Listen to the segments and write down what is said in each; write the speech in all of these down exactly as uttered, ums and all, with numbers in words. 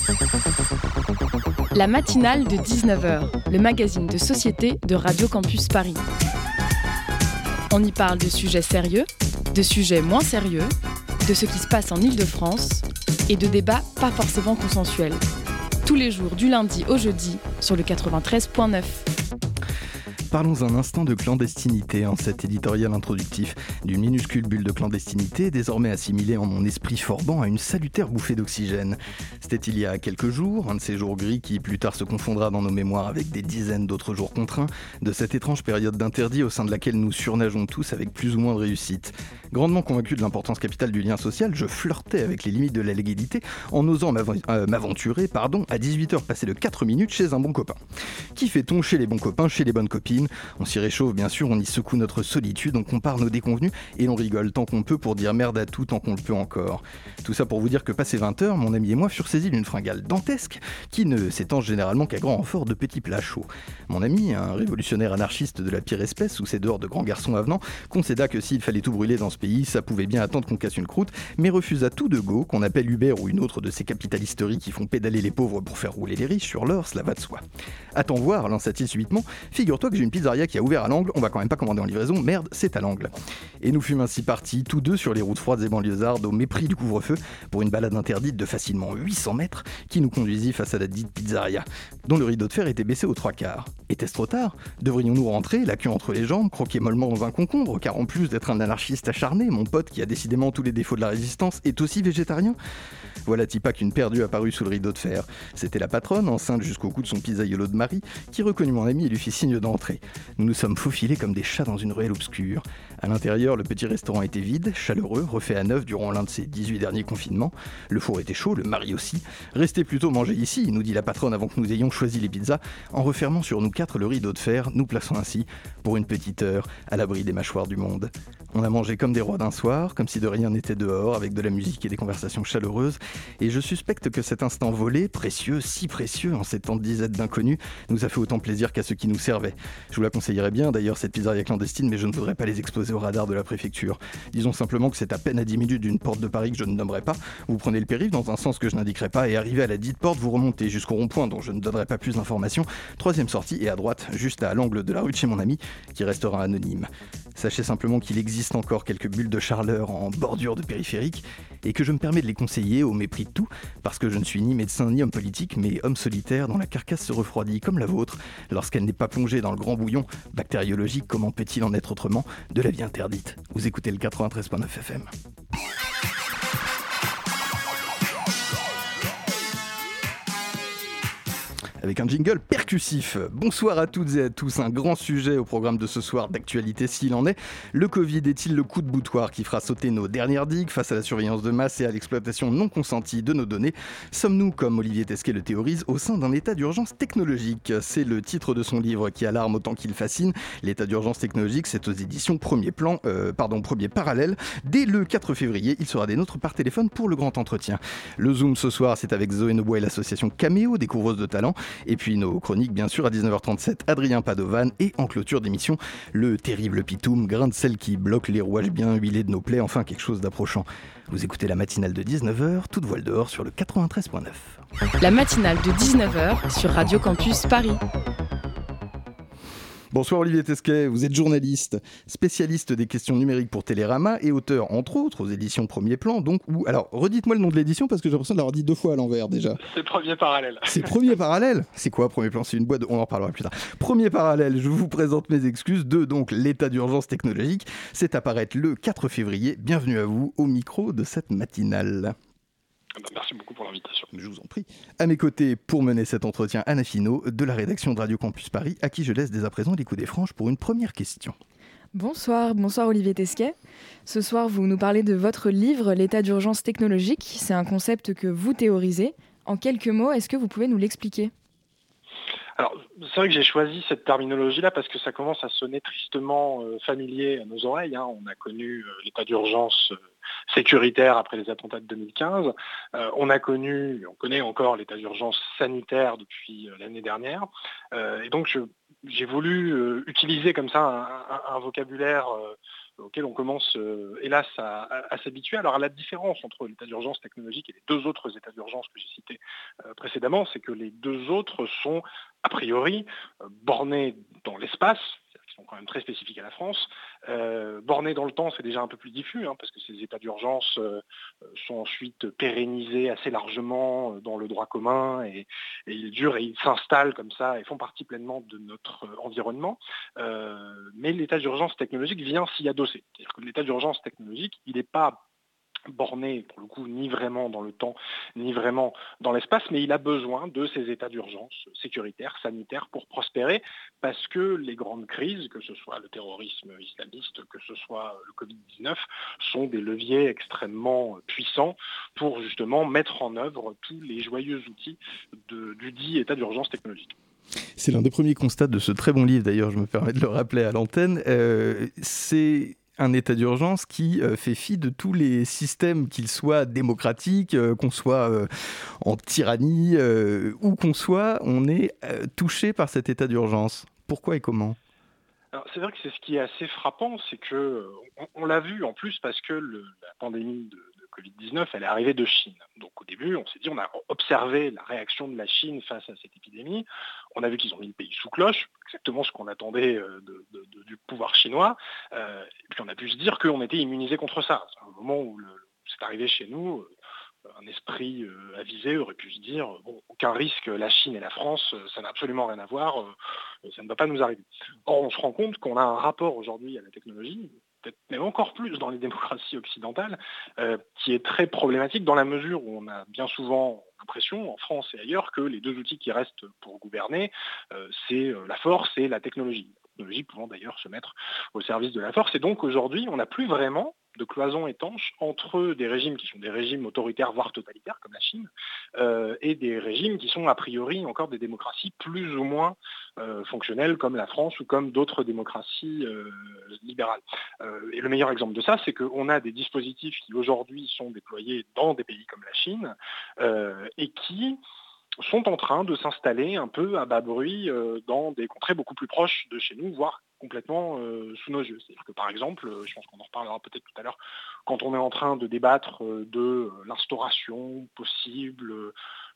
La matinale de dix-neuf heures, le magazine de société de Radio Campus Paris. On y parle de sujets sérieux, de sujets moins sérieux, de ce qui se passe en Île-de-France et de débats pas forcément consensuels. Tous les jours du lundi au jeudi sur le quatre-vingt-treize virgule neuf. Parlons un instant de clandestinité en cet éditorial introductif d'une minuscule bulle de clandestinité désormais assimilée en mon esprit forbant à une salutaire bouffée d'oxygène. C'était il y a quelques jours, un de ces jours gris qui plus tard se confondra dans nos mémoires avec des dizaines d'autres jours contraints, de cette étrange période d'interdit au sein de laquelle nous surnageons tous avec plus ou moins de réussite. Grandement convaincu de l'importance capitale du lien social, je flirtais avec les limites de la légalité en osant m'av- euh, m'aventurer pardon, à dix-huit heures passées de quatre minutes chez un bon copain. Qui fait-on chez les bons copains, chez les bonnes copines ? On s'y réchauffe bien sûr, on y secoue notre solitude, on compare nos déconvenus et l'on rigole tant qu'on peut pour dire merde à tout tant qu'on le peut encore. Tout ça pour vous dire que passé vingt heures, mon ami et moi furent saisis d'une fringale dantesque qui ne s'étend généralement qu'à grand renfort de petits plats chauds. Mon ami, un révolutionnaire anarchiste de la pire espèce sous ses dehors de grands garçons avenants, concéda que s'il fallait tout brûler dans ce pays, ça pouvait bien attendre qu'on casse une croûte, mais refusa tout de go qu'on appelle Uber ou une autre de ces capitalisteries qui font pédaler les pauvres pour faire rouler les riches sur l'or, cela va de soi. Attends voir, lança-t-il subitement, figure-toi que j'ai une pizzeria qui a ouvert à l'angle, on va quand même pas commander en livraison, merde, c'est à l'angle. Et nous fûmes ainsi partis, tous deux sur les routes froides et banlieusardes, au mépris du couvre-feu, pour une balade interdite de facilement huit cents mètres, qui nous conduisit face à la dite pizzeria, dont le rideau de fer était baissé aux trois quarts. Était-ce trop tard ? Devrions-nous rentrer, la queue entre les jambes, croquer mollement dans un concombre, car en plus d'être un anarchiste acharné, mon pote qui a décidément tous les défauts de la résistance est aussi végétarien ? Voilà-t-il pas qu'une perdue apparut sous le rideau de fer. C'était la patronne, enceinte jusqu'au cou de son pizzaïolo de mari, qui reconnut mon ami et lui fit signe d'entrer. Nous nous sommes faufilés comme des chats dans une ruelle obscure. À l'intérieur, le petit restaurant était vide, chaleureux, refait à neuf durant l'un de ses dix-huit derniers confinements. Le four était chaud, le mari aussi. Restez plutôt manger ici, nous dit la patronne avant que nous ayons choisi les pizzas, en refermant sur nous quatre le rideau de fer, nous plaçant ainsi, pour une petite heure, à l'abri des mâchoires du monde. On a mangé comme des rois d'un soir, comme si de rien n'était dehors, avec de la musique et des conversations chaleureuses, et je suspecte que cet instant volé, précieux, si précieux, en ces temps de disette d'inconnus, nous a fait autant plaisir qu'à ceux qui nous servaient. Je vous la conseillerais bien, d'ailleurs, cette pizzeria clandestine, mais je ne voudrais pas les exposer au radar de la préfecture. Disons simplement que c'est à peine à dix minutes d'une porte de Paris que je ne nommerai pas. Vous prenez le périph' dans un sens que je n'indiquerai pas, et arrivé à la dite porte, vous remontez jusqu'au rond-point dont je ne donnerai pas plus d'informations. Troisième sortie, et à droite, juste à l'angle de la rue de chez mon ami, qui restera anonyme. Sachez simplement qu'il existe encore quelques bulles de charleur en bordure de périphérique, et que je me permets de les conseiller au mépris de tout, parce que je ne suis ni médecin ni homme politique, mais homme solitaire dont la carcasse se refroidit comme la vôtre, lorsqu'elle n'est pas plongée dans le grand bouillon bactériologique, comment peut-il en être autrement, de la vie interdite. Vous écoutez le quatre-vingt-treize virgule neuf F M. Avec un jingle percussif. Bonsoir à toutes et à tous, un grand sujet au programme de ce soir d'actualité s'il en est. Le Covid est-il le coup de boutoir qui fera sauter nos dernières digues face à la surveillance de masse et à l'exploitation non consentie de nos données ? Sommes-nous, comme Olivier Tesquet le théorise, au sein d'un état d'urgence technologique ? C'est le titre de son livre qui alarme autant qu'il fascine. L'état d'urgence technologique, c'est aux éditions Premier Plan, euh, pardon, Premier Parallèle. Dès le quatre février, il sera des nôtres par téléphone pour le grand entretien. Le Zoom ce soir, c'est avec Zoé Nobois et l'association Caméo, découvreuse de talent. Et puis nos chroniques, bien sûr, à dix-neuf heures trente-sept, Adrien Padovan. Et en clôture d'émission, le terrible Pitoum, grain de sel qui bloque les rouages bien huilés de nos plaies, enfin quelque chose d'approchant. Vous écoutez la matinale de dix-neuf heures, toute voile dehors sur le quatre-vingt-treize virgule neuf. La matinale de dix-neuf heures sur Radio Campus Paris. Bonsoir Olivier Tesquet, vous êtes journaliste, spécialiste des questions numériques pour Télérama et auteur, entre autres, aux éditions Premier Plan. Donc, où... Alors, redites-moi le nom de l'édition parce que j'ai l'impression de l'avoir dit deux fois à l'envers déjà. C'est Premier Parallèle. C'est Premier Parallèle ? C'est quoi Premier Plan ? C'est une boîte, de... on en reparlera plus tard. Premier Parallèle, je vous présente mes excuses de donc l'état d'urgence technologique. C'est à paraître le quatre février. Bienvenue à vous au micro de cette matinale. Merci beaucoup pour l'invitation. Je vous en prie. À mes côtés, pour mener cet entretien, Anna Finot, de la rédaction de Radio Campus Paris, à qui je laisse dès à présent les coups des franches pour une première question. Bonsoir, bonsoir Olivier Tesquet. Ce soir, vous nous parlez de votre livre « L'état d'urgence technologique ». C'est un concept que vous théorisez. En quelques mots, est-ce que vous pouvez nous l'expliquer ? Alors, c'est vrai que j'ai choisi cette terminologie-là parce que ça commence à sonner tristement euh, familier à nos oreilles. Hein. On a connu euh, l'état d'urgence euh, sécuritaire après les attentats de deux mille quinze. Euh, on a connu, on connaît encore l'état d'urgence sanitaire depuis euh, l'année dernière. Euh, et donc, je, j'ai voulu euh, utiliser comme ça un, un, un vocabulaire euh, auquel on commence, euh, hélas, à, à, à s'habituer. Alors, à la différence entre l'état d'urgence technologique et les deux autres états d'urgence que j'ai cités euh, précédemment, c'est que les deux autres sont, a priori, euh, bornés dans l'espace, qui sont quand même très spécifiques à la France. Euh, bornés dans le temps, c'est déjà un peu plus diffus, hein, parce que ces états d'urgence euh, sont ensuite pérennisés assez largement dans le droit commun, et, et ils durent et ils s'installent comme ça et font partie pleinement de notre environnement. Euh, mais l'état d'urgence technologique vient s'y adosser. C'est-à-dire que l'état d'urgence technologique, il n'est pas borné, pour le coup, ni vraiment dans le temps, ni vraiment dans l'espace, mais il a besoin de ces états d'urgence sécuritaires, sanitaires, pour prospérer, parce que les grandes crises, que ce soit le terrorisme islamiste, que ce soit le covid dix-neuf, sont des leviers extrêmement puissants pour justement mettre en œuvre tous les joyeux outils de, du dit état d'urgence technologique. C'est l'un des premiers constats de ce très bon livre, d'ailleurs, je me permets de le rappeler à l'antenne. Euh, c'est un état d'urgence qui euh, fait fi de tous les systèmes, qu'ils soient démocratiques, euh, qu'on soit euh, en tyrannie, euh, où qu'on soit, on est euh, touché par cet état d'urgence. Pourquoi et comment ? Alors, c'est vrai que c'est ce qui est assez frappant, c'est que on, on l'a vu en plus parce que le, la pandémie de, de covid dix-neuf, elle est arrivée de Chine. Donc au début, on s'est dit, on a observé la réaction de la Chine face à cette épidémie. On a vu qu'ils ont mis le pays sous cloche, exactement ce qu'on attendait de, de, de, du pouvoir chinois. Euh, et puis on a pu se dire qu'on était immunisé contre ça. À un moment où le, c'est arrivé chez nous, un esprit euh, avisé aurait pu se dire bon, aucun risque, la Chine et la France, ça n'a absolument rien à voir, euh, ça ne va pas nous arriver. Or, on se rend compte qu'on a un rapport aujourd'hui à la technologie, peut-être même encore plus dans les démocraties occidentales, euh, qui est très problématique dans la mesure où on a bien souvent l'impression, en France et ailleurs, que les deux outils qui restent pour gouverner, euh, c'est la force et la technologie. La technologie pouvant d'ailleurs se mettre au service de la force. Et donc aujourd'hui, on n'a plus vraiment de cloison étanche entre des régimes qui sont des régimes autoritaires, voire totalitaires, comme la Chine, euh, et des régimes qui sont a priori encore des démocraties plus ou moins euh, fonctionnelles, comme la France ou comme d'autres démocraties euh, libérales. Euh, et le meilleur exemple de ça, c'est qu'on a des dispositifs qui aujourd'hui sont déployés dans des pays comme la Chine, euh, et qui sont en train de s'installer un peu à bas bruit euh, dans des contrées beaucoup plus proches de chez nous, voire complètement euh, sous nos yeux. C'est-à-dire que par exemple, je pense qu'on en reparlera peut-être tout à l'heure, quand on est en train de débattre de l'instauration possible euh,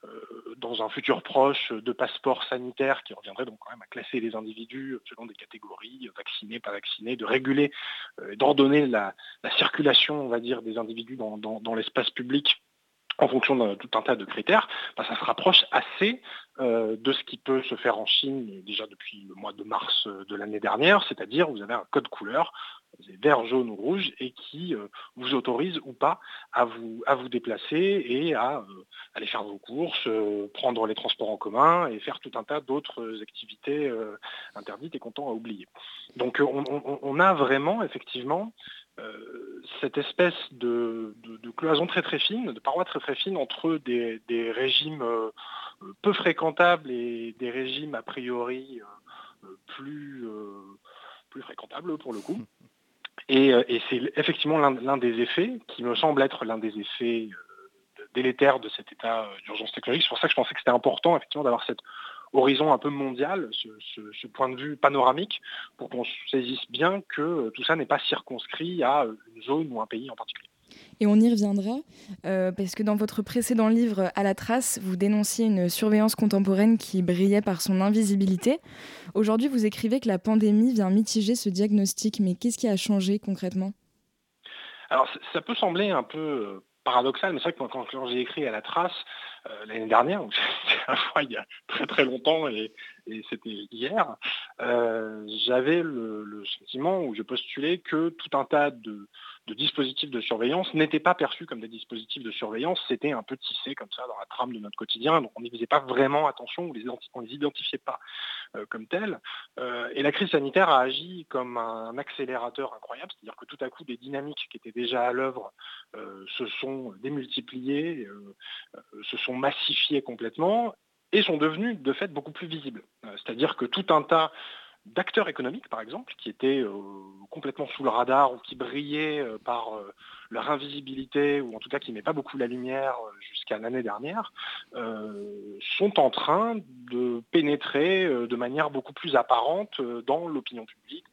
dans un futur proche de passeports sanitaires qui reviendraient donc quand même à classer les individus selon des catégories, vaccinés, pas vaccinés, de réguler, euh, d'ordonner la, la circulation, on va dire, des individus dans, dans, dans l'espace public en fonction de tout un tas de critères, bah, ça se rapproche assez euh, de ce qui peut se faire en Chine déjà depuis le mois de mars de l'année dernière, c'est-à-dire vous avez un code couleur, vert, jaune ou rouge, et qui euh, vous autorise ou pas à vous, à vous déplacer et à euh, aller faire vos courses, euh, prendre les transports en commun et faire tout un tas d'autres activités euh, interdites et comptant à oublier. Donc on, on, on a vraiment effectivement Euh, cette espèce de, de, de cloison très très fine, de paroi très très fine entre des, des régimes euh, peu fréquentables et des régimes a priori euh, plus, euh, plus fréquentables pour le coup. Et, et c'est effectivement l'un, l'un des effets qui me semble être l'un des effets euh, délétères de cet état d'urgence technologique. C'est pour ça que je pensais que c'était important effectivement d'avoir cette horizon un peu mondial, ce, ce, ce point de vue panoramique, pour qu'on saisisse bien que tout ça n'est pas circonscrit à une zone ou un pays en particulier. Et on y reviendra, euh, parce que dans votre précédent livre « À la trace », vous dénonciez une surveillance contemporaine qui brillait par son invisibilité. Aujourd'hui, vous écrivez que la pandémie vient mitiger ce diagnostic, mais qu'est-ce qui a changé concrètement ? Alors, ça peut sembler un peu paradoxal, mais c'est vrai que quand, quand, quand j'ai écrit « À la trace », euh, l'année dernière, donc c'était à la fois il y a très très longtemps et, et c'était hier, euh, j'avais le, le sentiment où je postulais que tout un tas de, de dispositifs de surveillance n'étaient pas perçus comme des dispositifs de surveillance, c'était un peu tissé comme ça dans la trame de notre quotidien, donc on n'y faisait pas vraiment attention, on les, on les identifiait pas euh, comme tels. Euh, et la crise sanitaire a agi comme un accélérateur incroyable, c'est-à-dire que tout à coup des dynamiques qui étaient déjà à l'œuvre euh, se sont démultipliées, euh, euh, se sont massifiées complètement et sont devenues de fait beaucoup plus visibles. Euh, c'est-à-dire que tout un tas d'acteurs économiques, par exemple, qui étaient euh, complètement sous le radar ou qui brillaient euh, par euh, leur invisibilité, ou en tout cas qui ne met pas beaucoup la lumière euh, jusqu'à l'année dernière, euh, sont en train de pénétrer euh, de manière beaucoup plus apparente euh, dans l'opinion publique, dans l'espace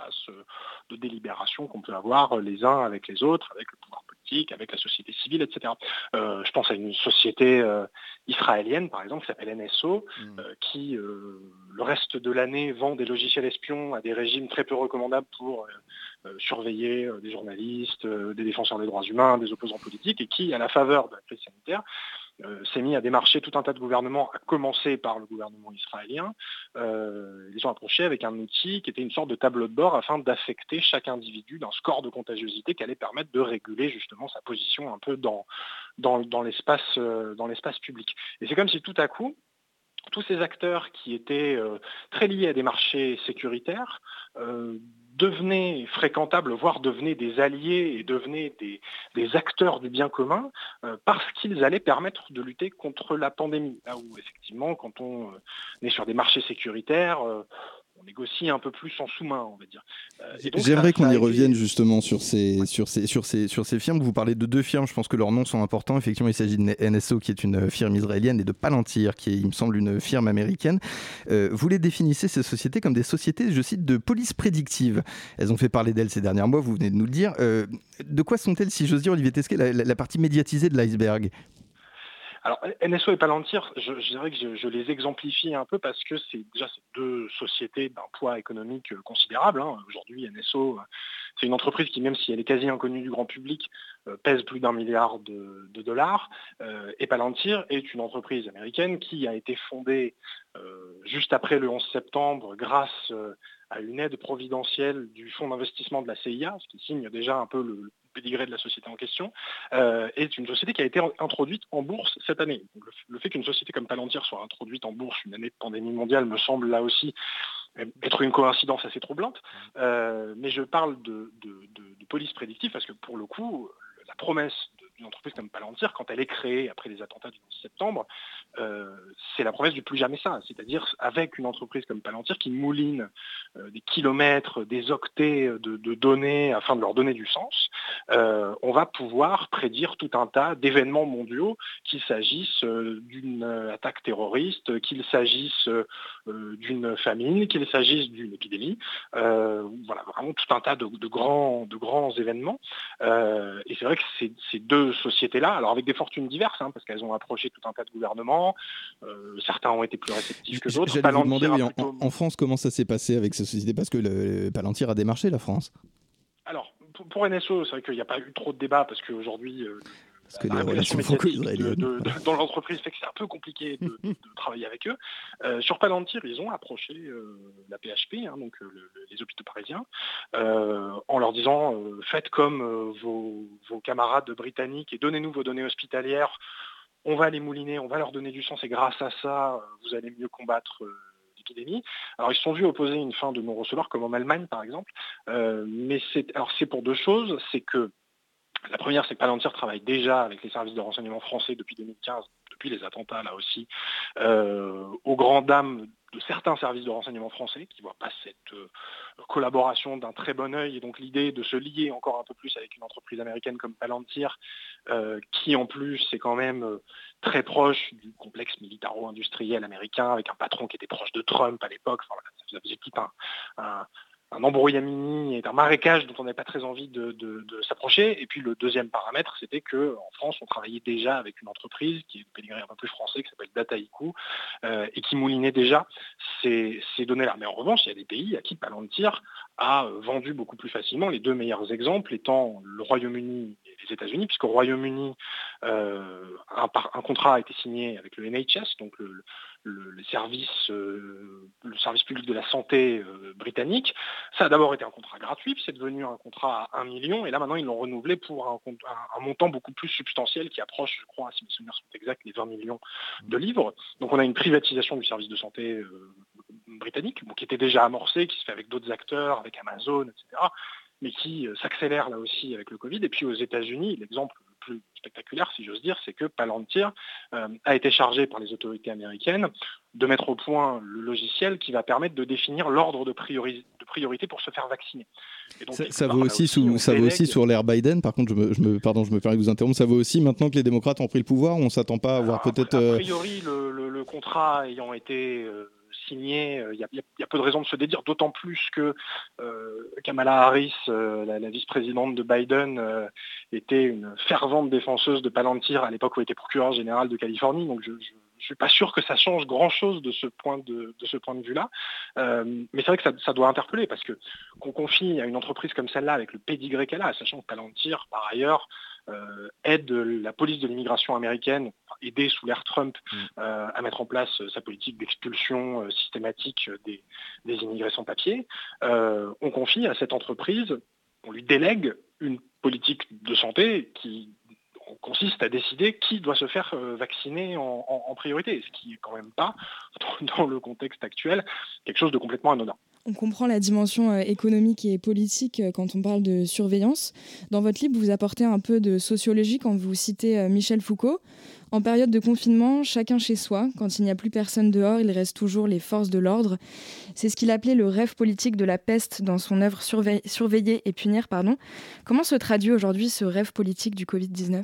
espace de délibération qu'on peut avoir les uns avec les autres, avec le pouvoir politique, avec la société civile, et cetera. Euh, je pense à une société euh, israélienne, par exemple, qui s'appelle N S O, mmh. euh, qui, euh, le reste de l'année, vend des logiciels espions à des régimes très peu recommandables pour euh, euh, surveiller euh, des journalistes, euh, des défenseurs des droits humains, des opposants politiques, et qui, à la faveur de la crise sanitaire, Euh, s'est mis à démarcher tout un tas de gouvernements, à commencer par le gouvernement israélien. Euh, ils sont approchés avec un outil qui était une sorte de tableau de bord afin d'affecter chaque individu d'un score de contagiosité qui allait permettre de réguler justement sa position un peu dans, dans, dans, l'espace, euh, dans l'espace public. Et c'est comme si tout à coup, tous ces acteurs qui étaient euh, très liés à des marchés sécuritaires euh, devenaient fréquentables, voire devenaient des alliés et devenaient des, des acteurs du bien commun euh, parce qu'ils allaient permettre de lutter contre la pandémie. Là où effectivement, quand on euh, est sur des marchés sécuritaires, euh, on négocie un peu plus en sous-main, on va dire. Euh, et donc, J'aimerais ça, qu'on ça y été... revienne justement sur ces, ouais. sur, ces, sur, ces, sur ces firmes. Vous parlez de deux firmes, je pense que leurs noms sont importants. Effectivement, il s'agit de N S O, qui est une firme israélienne, et de Palantir, qui est, il me semble, une firme américaine. Euh, vous les définissez, ces sociétés, comme des sociétés, je cite, de police prédictive. Elles ont fait parler d'elles ces derniers mois, vous venez de nous le dire. Euh, de quoi sont-elles, si j'ose dire, Olivier Tesquet, la, la, la partie médiatisée de l'iceberg ? Alors, N S O et Palantir, je, je dirais que je, je les exemplifie un peu parce que c'est déjà c'est deux sociétés d'un poids économique considérable. Hein. Aujourd'hui, N S O, c'est une entreprise qui, même si elle est quasi inconnue du grand public, euh, pèse plus d'un milliard de, de dollars. Euh, et Palantir est une entreprise américaine qui a été fondée euh, juste après le onze septembre grâce euh, à une aide providentielle du fonds d'investissement de la C I A, ce qui signe déjà un peu le pédigré de la société en question, euh, est une société qui a été introduite en bourse cette année. Donc le, le fait qu'une société comme Palantir soit introduite en bourse une année de pandémie mondiale me semble là aussi être une coïncidence assez troublante. Euh, mais je parle de, de, de, de police prédictive parce que pour le coup, la promesse d'une entreprise comme Palantir, quand elle est créée après les attentats du onze septembre, euh, c'est la promesse du plus jamais ça. C'est-à-dire avec une entreprise comme Palantir qui mouline euh, des kilomètres, des octets de, de données afin de leur donner du sens, euh, on va pouvoir prédire tout un tas d'événements mondiaux, qu'il s'agisse euh, d'une attaque terroriste, qu'il s'agisse euh, d'une famine, qu'il s'agisse d'une épidémie. Euh, voilà, vraiment tout un tas de, de, grands, de grands événements. Euh, et c'est vrai que ces, ces deux sociétés-là, alors avec des fortunes diverses, hein, parce qu'elles ont approché tout un tas de gouvernements, euh, certains ont été plus réceptifs que d'autres. J'allais vous demander, oui, plutôt... en, en France, comment ça s'est passé avec ces sociétés, parce que le, Palantir a démarché la France. Alors, pour, pour N S O, c'est vrai qu'il n'y a pas eu trop de débat, parce qu'aujourd'hui... Euh, Parce que les relations franco-israéliennes de, de, de, dans l'entreprise fait que c'est un peu compliqué de, de, de travailler avec eux. Euh, sur Palantir, ils ont approché euh, la P H P, hein, donc euh, le, les hôpitaux parisiens, euh, en leur disant euh, faites comme euh, vos, vos camarades britanniques et donnez-nous vos données hospitalières. On va les mouliner, on va leur donner du sens et grâce à ça, vous allez mieux combattre euh, l'épidémie. Alors ils se sont vus opposer une fin de non-recevoir, comme en Allemagne par exemple. Euh, mais c'est, alors c'est pour deux choses, c'est que la première, c'est que Palantir travaille déjà avec les services de renseignement français depuis deux mille quinze, depuis les attentats là aussi, euh, aux grandes dames de certains services de renseignement français qui ne voient pas cette euh, collaboration d'un très bon œil. Et donc l'idée de se lier encore un peu plus avec une entreprise américaine comme Palantir, euh, qui en plus est quand même euh, très proche du complexe militaro-industriel américain, avec un patron qui était proche de Trump à l'époque. Enfin, voilà, ça faisait type un... un un embrouillamini et un marécage dont on n'avait pas très envie de, de, de s'approcher. Et puis le deuxième paramètre, c'était qu'en France, on travaillait déjà avec une entreprise qui est de pédigré un peu plus français, qui s'appelle Dataiku, euh, et qui moulinait déjà ces, ces données-là. Mais en revanche, il y a des pays à qui Palantir a vendu beaucoup plus facilement. Les deux meilleurs exemples étant le Royaume-Uni et les États-Unis, puisqu'au Royaume-Uni, euh, un, un contrat a été signé avec le N H S, donc le, le, le, service, euh, le service public de la santé euh, britannique. Ça a d'abord été un contrat gratuit, puis c'est devenu un contrat à un million, et là maintenant ils l'ont renouvelé pour un, un, un montant beaucoup plus substantiel qui approche, je crois, si mes souvenirs sont exacts, les vingt millions de livres. Donc on a une privatisation du service de santé euh, britannique, bon, qui était déjà amorcée, qui se fait avec d'autres acteurs, avec Amazon, et cetera, mais qui euh, s'accélère là aussi avec le Covid. Et puis aux États-Unis, l'exemple le plus spectaculaire, si j'ose dire, c'est que Palantir euh, a été chargé par les autorités américaines de mettre au point le logiciel qui va permettre de définir l'ordre de, priori- de priorité pour se faire vacciner. Et donc, ça ça vaut aussi, aussi, sous, ça délègue... vaut aussi sur l'ère Biden. Par contre, je me, je me, pardon, je me permets de vous interrompre. Ça vaut aussi maintenant que les démocrates ont pris le pouvoir, on ne s'attend pas à avoir Alors, peut-être... A priori, le, le, le contrat ayant été... Euh, signé, il y, y a peu de raisons de se dédire, d'autant plus que euh, Kamala Harris, euh, la, la vice-présidente de Biden, euh, était une fervente défenseuse de Palantir à l'époque où elle était procureur général de Californie, donc je, je je ne suis pas sûr que ça change grand-chose de ce point de, de, ce point de vue-là. Euh, mais c'est vrai que ça, ça doit interpeller, parce que qu'on confie à une entreprise comme celle-là, avec le pédigré qu'elle a, sachant que Palantir, par ailleurs, euh, aide la police de l'immigration américaine, aidée sous l'ère Trump, euh, à mettre en place sa politique d'expulsion euh, systématique des, des immigrés sans papier. Euh, on confie à cette entreprise, on lui délègue une politique de santé qui consiste à décider qui doit se faire vacciner en, en, en priorité, ce qui n'est quand même pas, dans le contexte actuel, quelque chose de complètement anodin. On comprend la dimension économique et politique quand on parle de surveillance. Dans votre livre, vous apportez un peu de sociologie quand vous citez Michel Foucault. En période de confinement, chacun chez soi, quand il n'y a plus personne dehors, il reste toujours les forces de l'ordre. C'est ce qu'il appelait le rêve politique de la peste dans son œuvre Surveiller, Surveiller et punir. Pardon. Comment se traduit aujourd'hui ce rêve politique du covid dix-neuf ?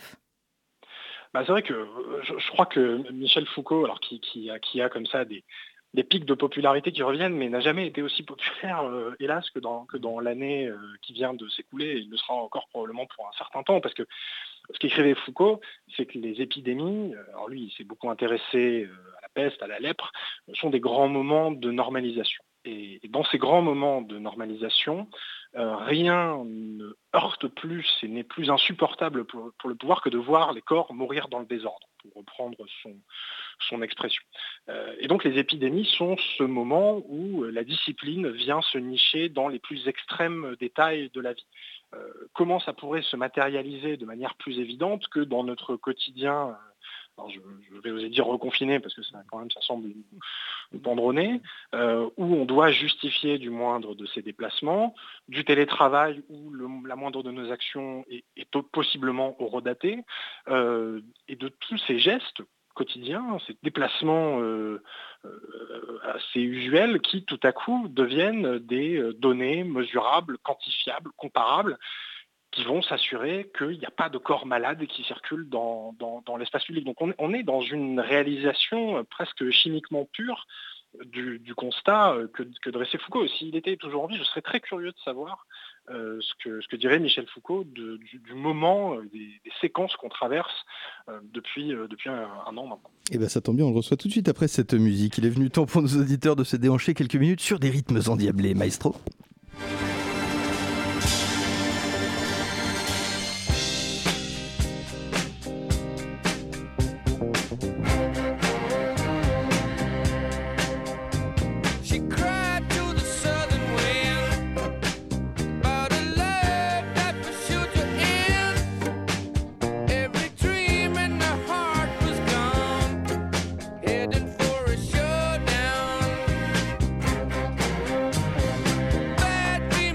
Bah, c'est vrai que je, je crois que Michel Foucault, alors qui, qui, a, qui a comme ça des, des pics de popularité qui reviennent, mais n'a jamais été aussi populaire, euh, hélas, que dans, que dans l'année euh, qui vient de s'écouler, et il le sera encore probablement pour un certain temps, parce que ce qu'écrivait Foucault, c'est que les épidémies, alors lui il s'est beaucoup intéressé à la peste, à la lèpre, sont des grands moments de normalisation. Et dans ces grands moments de normalisation, euh, rien ne heurte plus et n'est plus insupportable pour, pour le pouvoir que de voir les corps mourir dans le désordre, pour reprendre son, son expression. Euh, et donc les épidémies sont ce moment où la discipline vient se nicher dans les plus extrêmes détails de la vie. Euh, comment ça pourrait se matérialiser de manière plus évidente que dans notre quotidien, alors je, je vais oser dire reconfiné parce que ça quand même ça semble nous pendre au nez, euh, où on doit justifier du moindre de ses déplacements, du télétravail où le, la moindre de nos actions est, est possiblement horodatée, euh, et de tous ces gestes quotidiens, ces déplacements euh, euh, assez usuels qui tout à coup deviennent des données mesurables, quantifiables, comparables, qui vont s'assurer qu'il n'y a pas de corps malades qui circulent dans, dans, dans l'espace public. Donc on, on est dans une réalisation presque chimiquement pure du, du constat que, que dressait Foucault. S'il était toujours en vie, je serais très curieux de savoir euh, ce, que, ce que dirait Michel Foucault de, du, du moment, euh, des, des séquences qu'on traverse euh, depuis, euh, depuis un, un an maintenant. Et bien ça tombe bien, on le reçoit tout de suite après cette musique. Il est venu temps pour nos auditeurs de se déhancher quelques minutes sur des rythmes endiablés. Maestro. Bad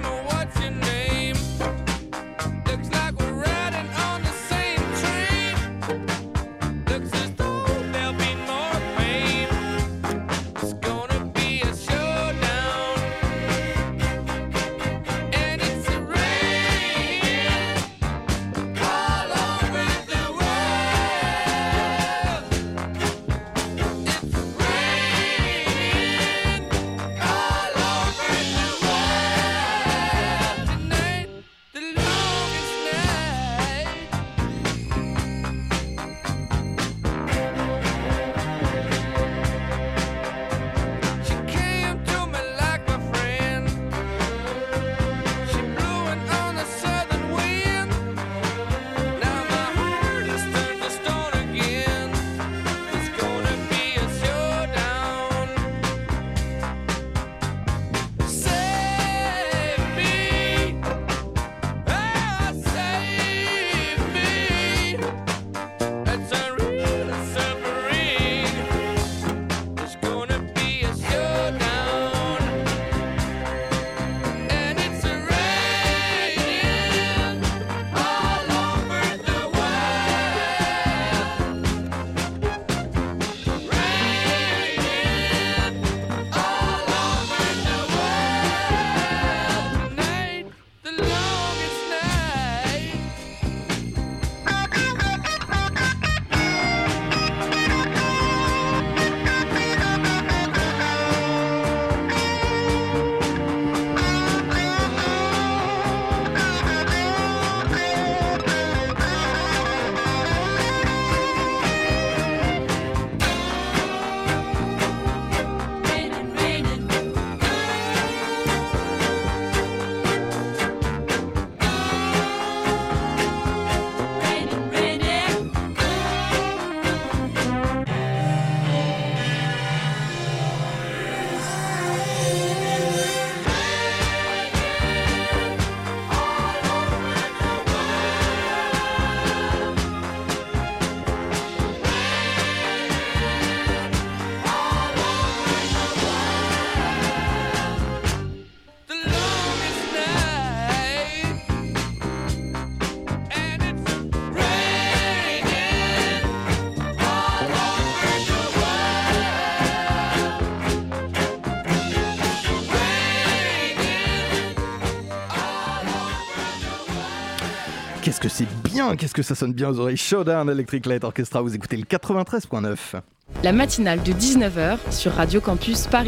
qu'est-ce que c'est bien, qu'est-ce que ça sonne bien aux oreilles. Showdown Electric Light Orchestra, vous écoutez le quatre-vingt-treize virgule neuf. La matinale de dix-neuf heures sur Radio Campus Paris.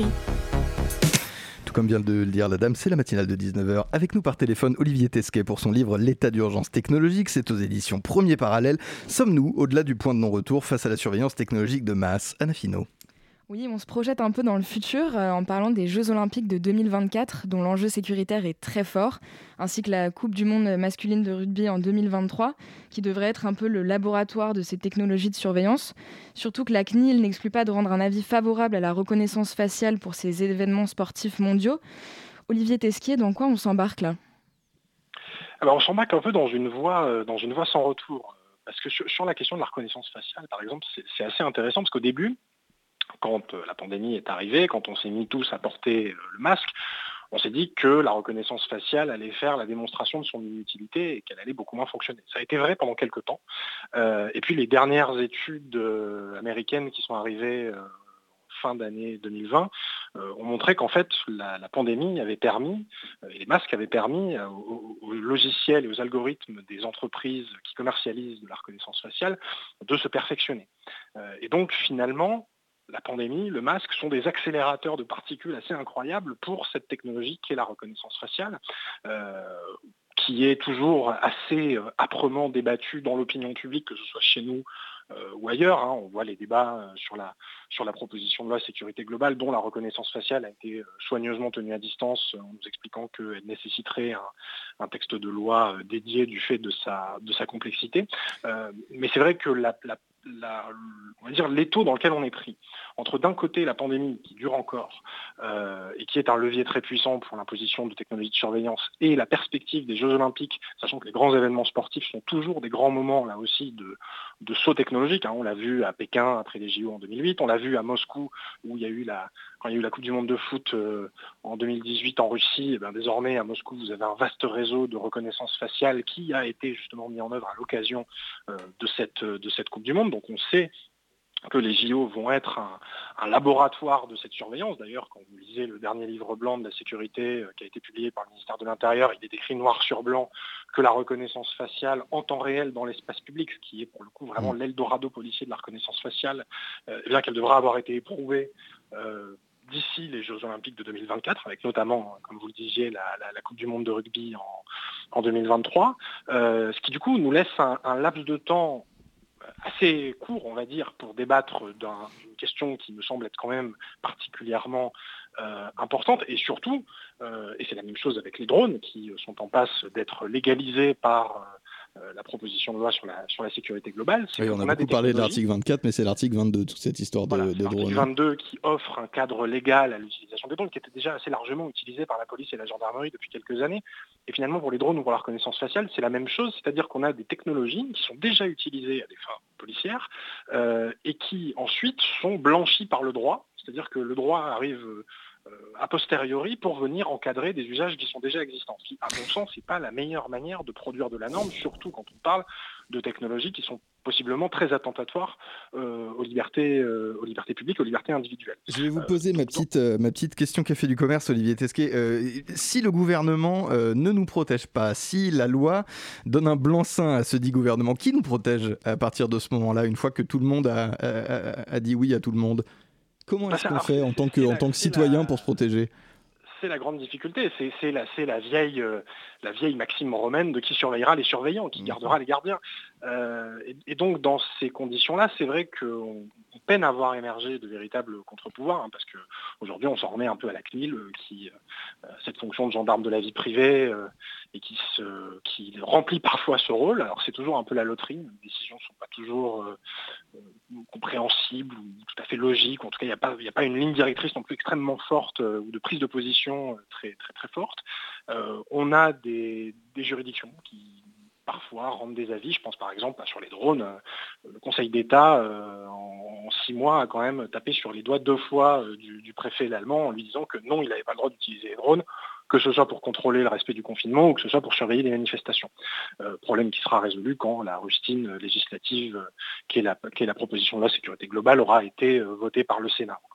Tout comme vient de le dire la dame, c'est la matinale de dix-neuf heures. Avec nous par téléphone, Olivier Tesquet pour son livre L'état d'urgence technologique. C'est aux éditions Premier Parallèle. Sommes-nous au-delà du point de non-retour face à la surveillance technologique de masse? Anna Finot. Oui, on se projette un peu dans le futur euh, en parlant des Jeux Olympiques de deux mille vingt-quatre, dont l'enjeu sécuritaire est très fort, ainsi que la Coupe du monde masculine de rugby en deux mille vingt-trois, qui devrait être un peu le laboratoire de ces technologies de surveillance. Surtout que la C N I L n'exclut pas de rendre un avis favorable à la reconnaissance faciale pour ces événements sportifs mondiaux. Olivier Tesquier, dans quoi on s'embarque là? Alors on s'embarque un peu dans une voie, euh, dans une voie sans retour. Parce que sur, sur la question de la reconnaissance faciale, par exemple, c'est, c'est assez intéressant, parce qu'au début, quand la pandémie est arrivée, quand on s'est mis tous à porter le masque, on s'est dit que la reconnaissance faciale allait faire la démonstration de son inutilité et qu'elle allait beaucoup moins fonctionner. Ça a été vrai pendant quelques temps. Euh, et puis les dernières études euh, américaines qui sont arrivées euh, fin d'année deux mille vingt euh, ont montré qu'en fait la, la pandémie avait permis, euh, et les masques avaient permis euh, aux, aux logiciels et aux algorithmes des entreprises qui commercialisent de la reconnaissance faciale de se perfectionner. Euh, et donc finalement, la pandémie, le masque sont des accélérateurs de particules assez incroyables pour cette technologie qui est la reconnaissance faciale, euh, qui est toujours assez euh, âprement débattue dans l'opinion publique, que ce soit chez nous euh, ou ailleurs. Hein. On voit les débats euh, sur, la, sur la proposition de loi sécurité globale, dont la reconnaissance faciale a été euh, soigneusement tenue à distance, euh, en nous expliquant qu'elle nécessiterait un, un texte de loi euh, dédié du fait de sa, de sa complexité. Euh, mais c'est vrai que la, la La, on va dire l'étau dans lequel on est pris, entre d'un côté la pandémie qui dure encore euh, et qui est un levier très puissant pour l'imposition de technologies de surveillance, et la perspective des Jeux Olympiques, sachant que les grands événements sportifs sont toujours des grands moments là aussi de, de saut technologique. Hein. On l'a vu à Pékin après les J O en deux mille huit, on l'a vu à Moscou où il y a eu la, quand il y a eu la Coupe du monde de foot euh, en deux mille dix-huit en Russie. Et bien, désormais à Moscou vous avez un vaste réseau de reconnaissance faciale qui a été justement mis en œuvre à l'occasion euh, de cette, de cette Coupe du monde. Donc on sait que les J O vont être un, un laboratoire de cette surveillance. D'ailleurs, quand vous lisez le dernier livre blanc de la sécurité euh, qui a été publié par le ministère de l'Intérieur, il est écrit noir sur blanc que la reconnaissance faciale en temps réel dans l'espace public, ce qui est pour le coup vraiment l'Eldorado policier de la reconnaissance faciale, euh, eh bien qu'elle devra avoir été éprouvée euh, d'ici les Jeux Olympiques de deux mille vingt-quatre, avec notamment, comme vous le disiez, la, la, la Coupe du monde de rugby en, en deux mille vingt-trois, euh, ce qui du coup nous laisse un, un laps de temps assez court, on va dire, pour débattre d'un, d'une question qui me semble être quand même particulièrement euh, importante, et surtout, euh, et c'est la même chose avec les drones qui sont en passe d'être légalisés par euh, la proposition de loi sur la, sur la sécurité globale. Oui, on a, on a beaucoup parlé de l'article vingt-quatre, mais c'est l'article vingt-deux, toute cette histoire de, voilà, de drones. L'article vingt-deux qui offre un cadre légal à l'utilisation des drones, qui était déjà assez largement utilisé par la police et la gendarmerie depuis quelques années. Et finalement, pour les drones ou pour la reconnaissance faciale, c'est la même chose, c'est-à-dire qu'on a des technologies qui sont déjà utilisées à des fins policières euh, et qui ensuite sont blanchies par le droit, c'est-à-dire que le droit arrive euh, a posteriori pour venir encadrer des usages qui sont déjà existants. Ce qui, à mon sens, n'est pas la meilleure manière de produire de la norme, surtout quand on parle de technologies qui sont possiblement très attentatoires euh, aux libertés, euh, aux libertés publiques, aux libertés individuelles. Je vais vous poser euh, ma, petite, euh, ma petite question café du commerce, Olivier Tesquet. Euh, si le gouvernement euh, ne nous protège pas, si la loi donne un blanc-seing à ce dit gouvernement, qui nous protège à partir de ce moment-là, une fois que tout le monde a, a, a dit oui à tout le monde? Comment est-ce qu'on fait en tant que, en tant que citoyen pour se protéger ? C'est la grande difficulté, c'est, c'est, la, c'est la, vieille, euh, la vieille maxime romaine de qui surveillera les surveillants, qui gardera les gardiens. Euh, et, et donc dans ces conditions-là, c'est vrai qu'on on peine à voir émerger de véritables contre-pouvoirs, hein, parce qu'aujourd'hui on s'en remet un peu à la C N I L, euh, qui euh, cette fonction de gendarme de la vie privée, euh, et qui, se, qui remplit parfois ce rôle. Alors c'est toujours un peu la loterie, les décisions ne sont pas toujours euh, euh, compréhensibles ou tout à fait logiques, en tout cas il n'y a pas, il n'y a pas une ligne directrice non plus extrêmement forte euh, ou de prise de position très très très forte. Euh, on a des, des juridictions qui parfois rendent des avis. Je pense par exemple sur les drones. Euh, le Conseil d'État euh, en, en six mois a quand même tapé sur les doigts deux fois euh, du, du préfet allemand en lui disant que non, il n'avait pas le droit d'utiliser les drones, que ce soit pour contrôler le respect du confinement ou que ce soit pour surveiller les manifestations. Euh, problème qui sera résolu quand la rustine législative, euh, qui, est la, qui est la proposition de la sécurité globale, aura été euh, votée par le Sénat, encore une fois.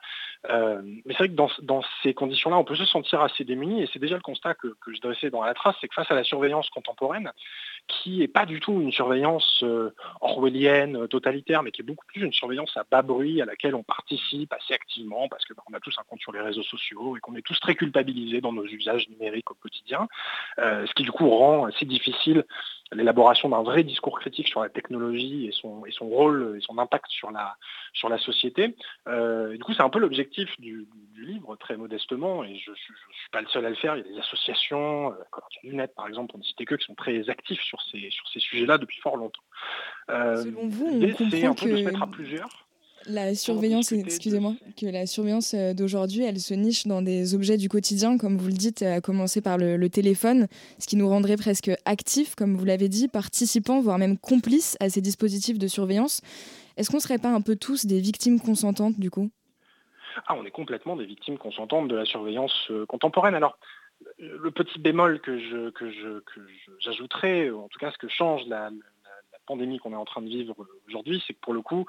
Euh, mais c'est vrai que dans, dans ces conditions-là, on peut se sentir assez démuni, et c'est déjà le constat que, que je dressais dans la trace, c'est que face à la surveillance contemporaine, qui n'est pas du tout une surveillance euh, orwellienne, totalitaire, mais qui est beaucoup plus une surveillance à bas bruit, à laquelle on participe assez activement, parce qu'on bah, a tous un compte sur les réseaux sociaux, et qu'on est tous très culpabilisés dans nos usages numériques au quotidien, euh, ce qui du coup rend assez difficile l'élaboration d'un vrai discours critique sur la technologie et son, et son rôle et son impact sur la, sur la société. Euh, et du coup, c'est un peu l'objectif du, du livre, très modestement, et je ne suis pas le seul à le faire. Il y a des associations, euh, comme Lunet par exemple, pour ne citer que, qui sont très actifs sur ces, sur ces sujets-là depuis fort longtemps. Euh, Selon vous, on l'idée, c'est un comprend peu de se que mettre à plusieurs. la surveillance, excusez-moi, de... que la surveillance d'aujourd'hui, elle se niche dans des objets du quotidien, comme vous le dites, à commencer par le, le téléphone, ce qui nous rendrait presque actifs, comme vous l'avez dit, participants, voire même complices à ces dispositifs de surveillance. Est-ce qu'on ne serait pas un peu tous des victimes consentantes, du coup ? Ah, on est complètement des victimes consentantes de la surveillance euh, contemporaine. Alors, le petit bémol que, je, que, je, que je, j'ajouterais, en tout cas ce que change la, la, la pandémie qu'on est en train de vivre aujourd'hui, c'est que pour le coup,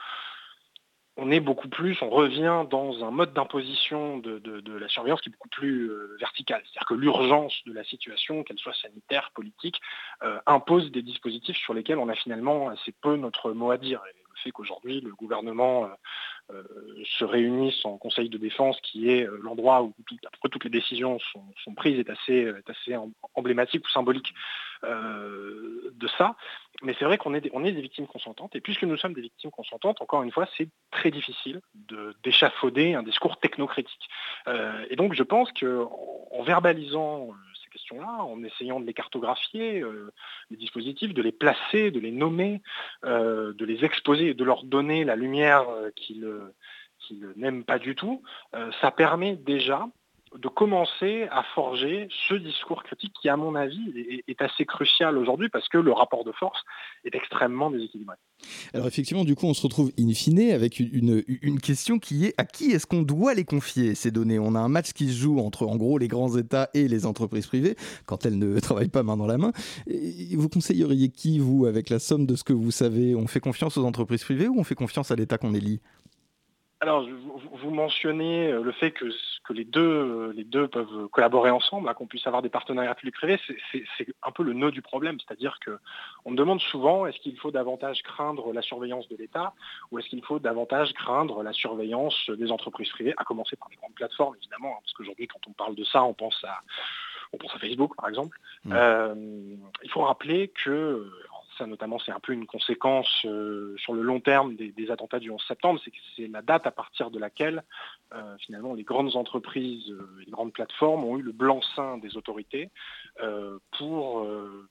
on est beaucoup plus, on revient dans un mode d'imposition de, de, de la surveillance qui est beaucoup plus euh, vertical. C'est-à-dire que l'urgence de la situation, qu'elle soit sanitaire, politique, euh, impose des dispositifs sur lesquels on a finalement assez peu notre mot à dire. Et le fait qu'aujourd'hui, le gouvernement euh, euh, se réunisse en Conseil de défense, qui est euh, l'endroit où tout, à peu près toutes les décisions sont, sont prises, est assez, est assez emblématique ou symbolique euh, de ça. Mais c'est vrai qu'on est des, on est des victimes consentantes, et puisque nous sommes des victimes consentantes, encore une fois, c'est très difficile de, d'échafauder un discours technocritique. Euh, et donc je pense qu'en en verbalisant ces questions-là, en essayant de les cartographier, euh, les dispositifs, de les placer, de les nommer, euh, de les exposer, de leur donner la lumière euh, qu'ils, qu'ils n'aiment pas du tout, euh, ça permet déjà de commencer à forger ce discours critique qui, à mon avis, est, est assez crucial aujourd'hui parce que le rapport de force est extrêmement déséquilibré. Alors effectivement, du coup, on se retrouve in fine avec une, une question qui est à qui est-ce qu'on doit les confier, ces données ? On a un match qui se joue entre, en gros, les grands États et les entreprises privées, quand elles ne travaillent pas main dans la main. Et vous conseilleriez qui, vous, avec la somme de ce que vous savez ? On fait confiance aux entreprises privées ou on fait confiance à l'État qu'on élit ? Alors, vous mentionnez le fait que, que les, deux, les deux peuvent collaborer ensemble, hein, qu'on puisse avoir des partenariats publics-privés, c'est, c'est, c'est un peu le nœud du problème, c'est-à-dire qu'on me demande souvent est-ce qu'il faut davantage craindre la surveillance de l'État ou est-ce qu'il faut davantage craindre la surveillance des entreprises privées, à commencer par les grandes plateformes évidemment, hein, parce qu'aujourd'hui quand on parle de ça, on pense à, on pense à Facebook par exemple. Mmh. Euh, il faut rappeler que... Ça, notamment, c'est un peu une conséquence euh, sur le long terme des, des attentats du onze septembre, c'est que c'est la date à partir de laquelle, euh, finalement, les grandes entreprises, euh, les grandes plateformes ont eu le blanc-seing des autorités euh, pour euh,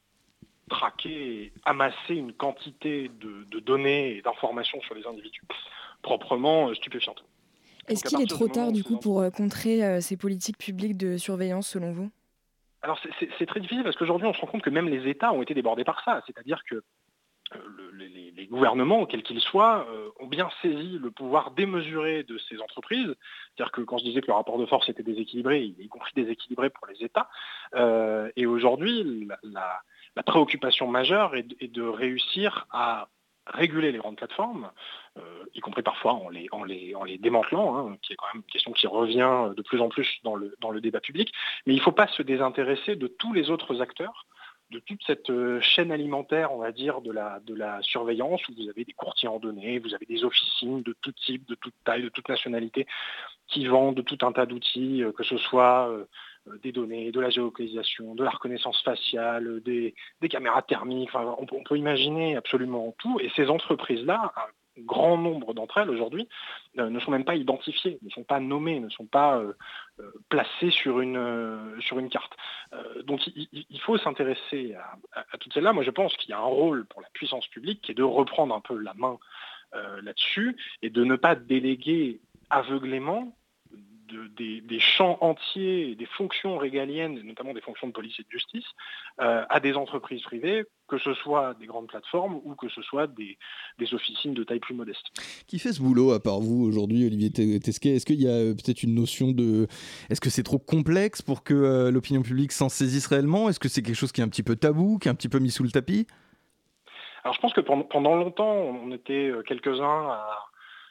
traquer et amasser une quantité de, de données et d'informations sur les individus proprement euh, stupéfiantes. Est-ce Donc, qu'il est trop tard, du coup, pour euh, contrer euh, ces politiques publiques de surveillance, selon vous ? Alors c'est, c'est, c'est très difficile parce qu'aujourd'hui on se rend compte que même les États ont été débordés par ça, c'est-à-dire que euh, le, les, les gouvernements, quels qu'ils soient, euh, ont bien saisi le pouvoir démesuré de ces entreprises, c'est-à-dire que quand je disais que le rapport de force était déséquilibré, il est y compris déséquilibré pour les États, euh, et aujourd'hui la, la, la préoccupation majeure est de, est de réussir à réguler les grandes plateformes, euh, y compris parfois en les, en les, en les démantelant, hein, qui est quand même une question qui revient de plus en plus dans le, dans le débat public, mais il ne faut pas se désintéresser de tous les autres acteurs, de toute cette chaîne alimentaire, on va dire, de la, de la surveillance, où vous avez des courtiers en données, vous avez des officines de tout type, de toute taille, de toute nationalité, qui vendent tout un tas d'outils, que ce soit euh, des données, de la géolocalisation, de la reconnaissance faciale, des, des caméras thermiques, enfin, on, on peut imaginer absolument tout, et ces entreprises-là, un grand nombre d'entre elles aujourd'hui, euh, ne sont même pas identifiées, ne sont pas nommées, ne sont pas euh, euh, placées sur une, euh, sur une carte. Euh, donc il, il faut s'intéresser à, à, à toutes celles-là. Moi je pense qu'il y a un rôle pour la puissance publique qui est de reprendre un peu la main euh, là-dessus et de ne pas déléguer aveuglément De, des, des champs entiers, des fonctions régaliennes, notamment des fonctions de police et de justice, euh, à des entreprises privées, que ce soit des grandes plateformes ou que ce soit des, des officines de taille plus modeste. Qui fait ce boulot à part vous aujourd'hui, Olivier Tesquet ? Est-ce qu'il y a peut-être une notion de... Est-ce que c'est trop complexe pour que euh, l'opinion publique s'en saisisse réellement ? Est-ce que c'est quelque chose qui est un petit peu tabou, qui est un petit peu mis sous le tapis ? Alors je pense que pendant, pendant longtemps, on était quelques-uns à...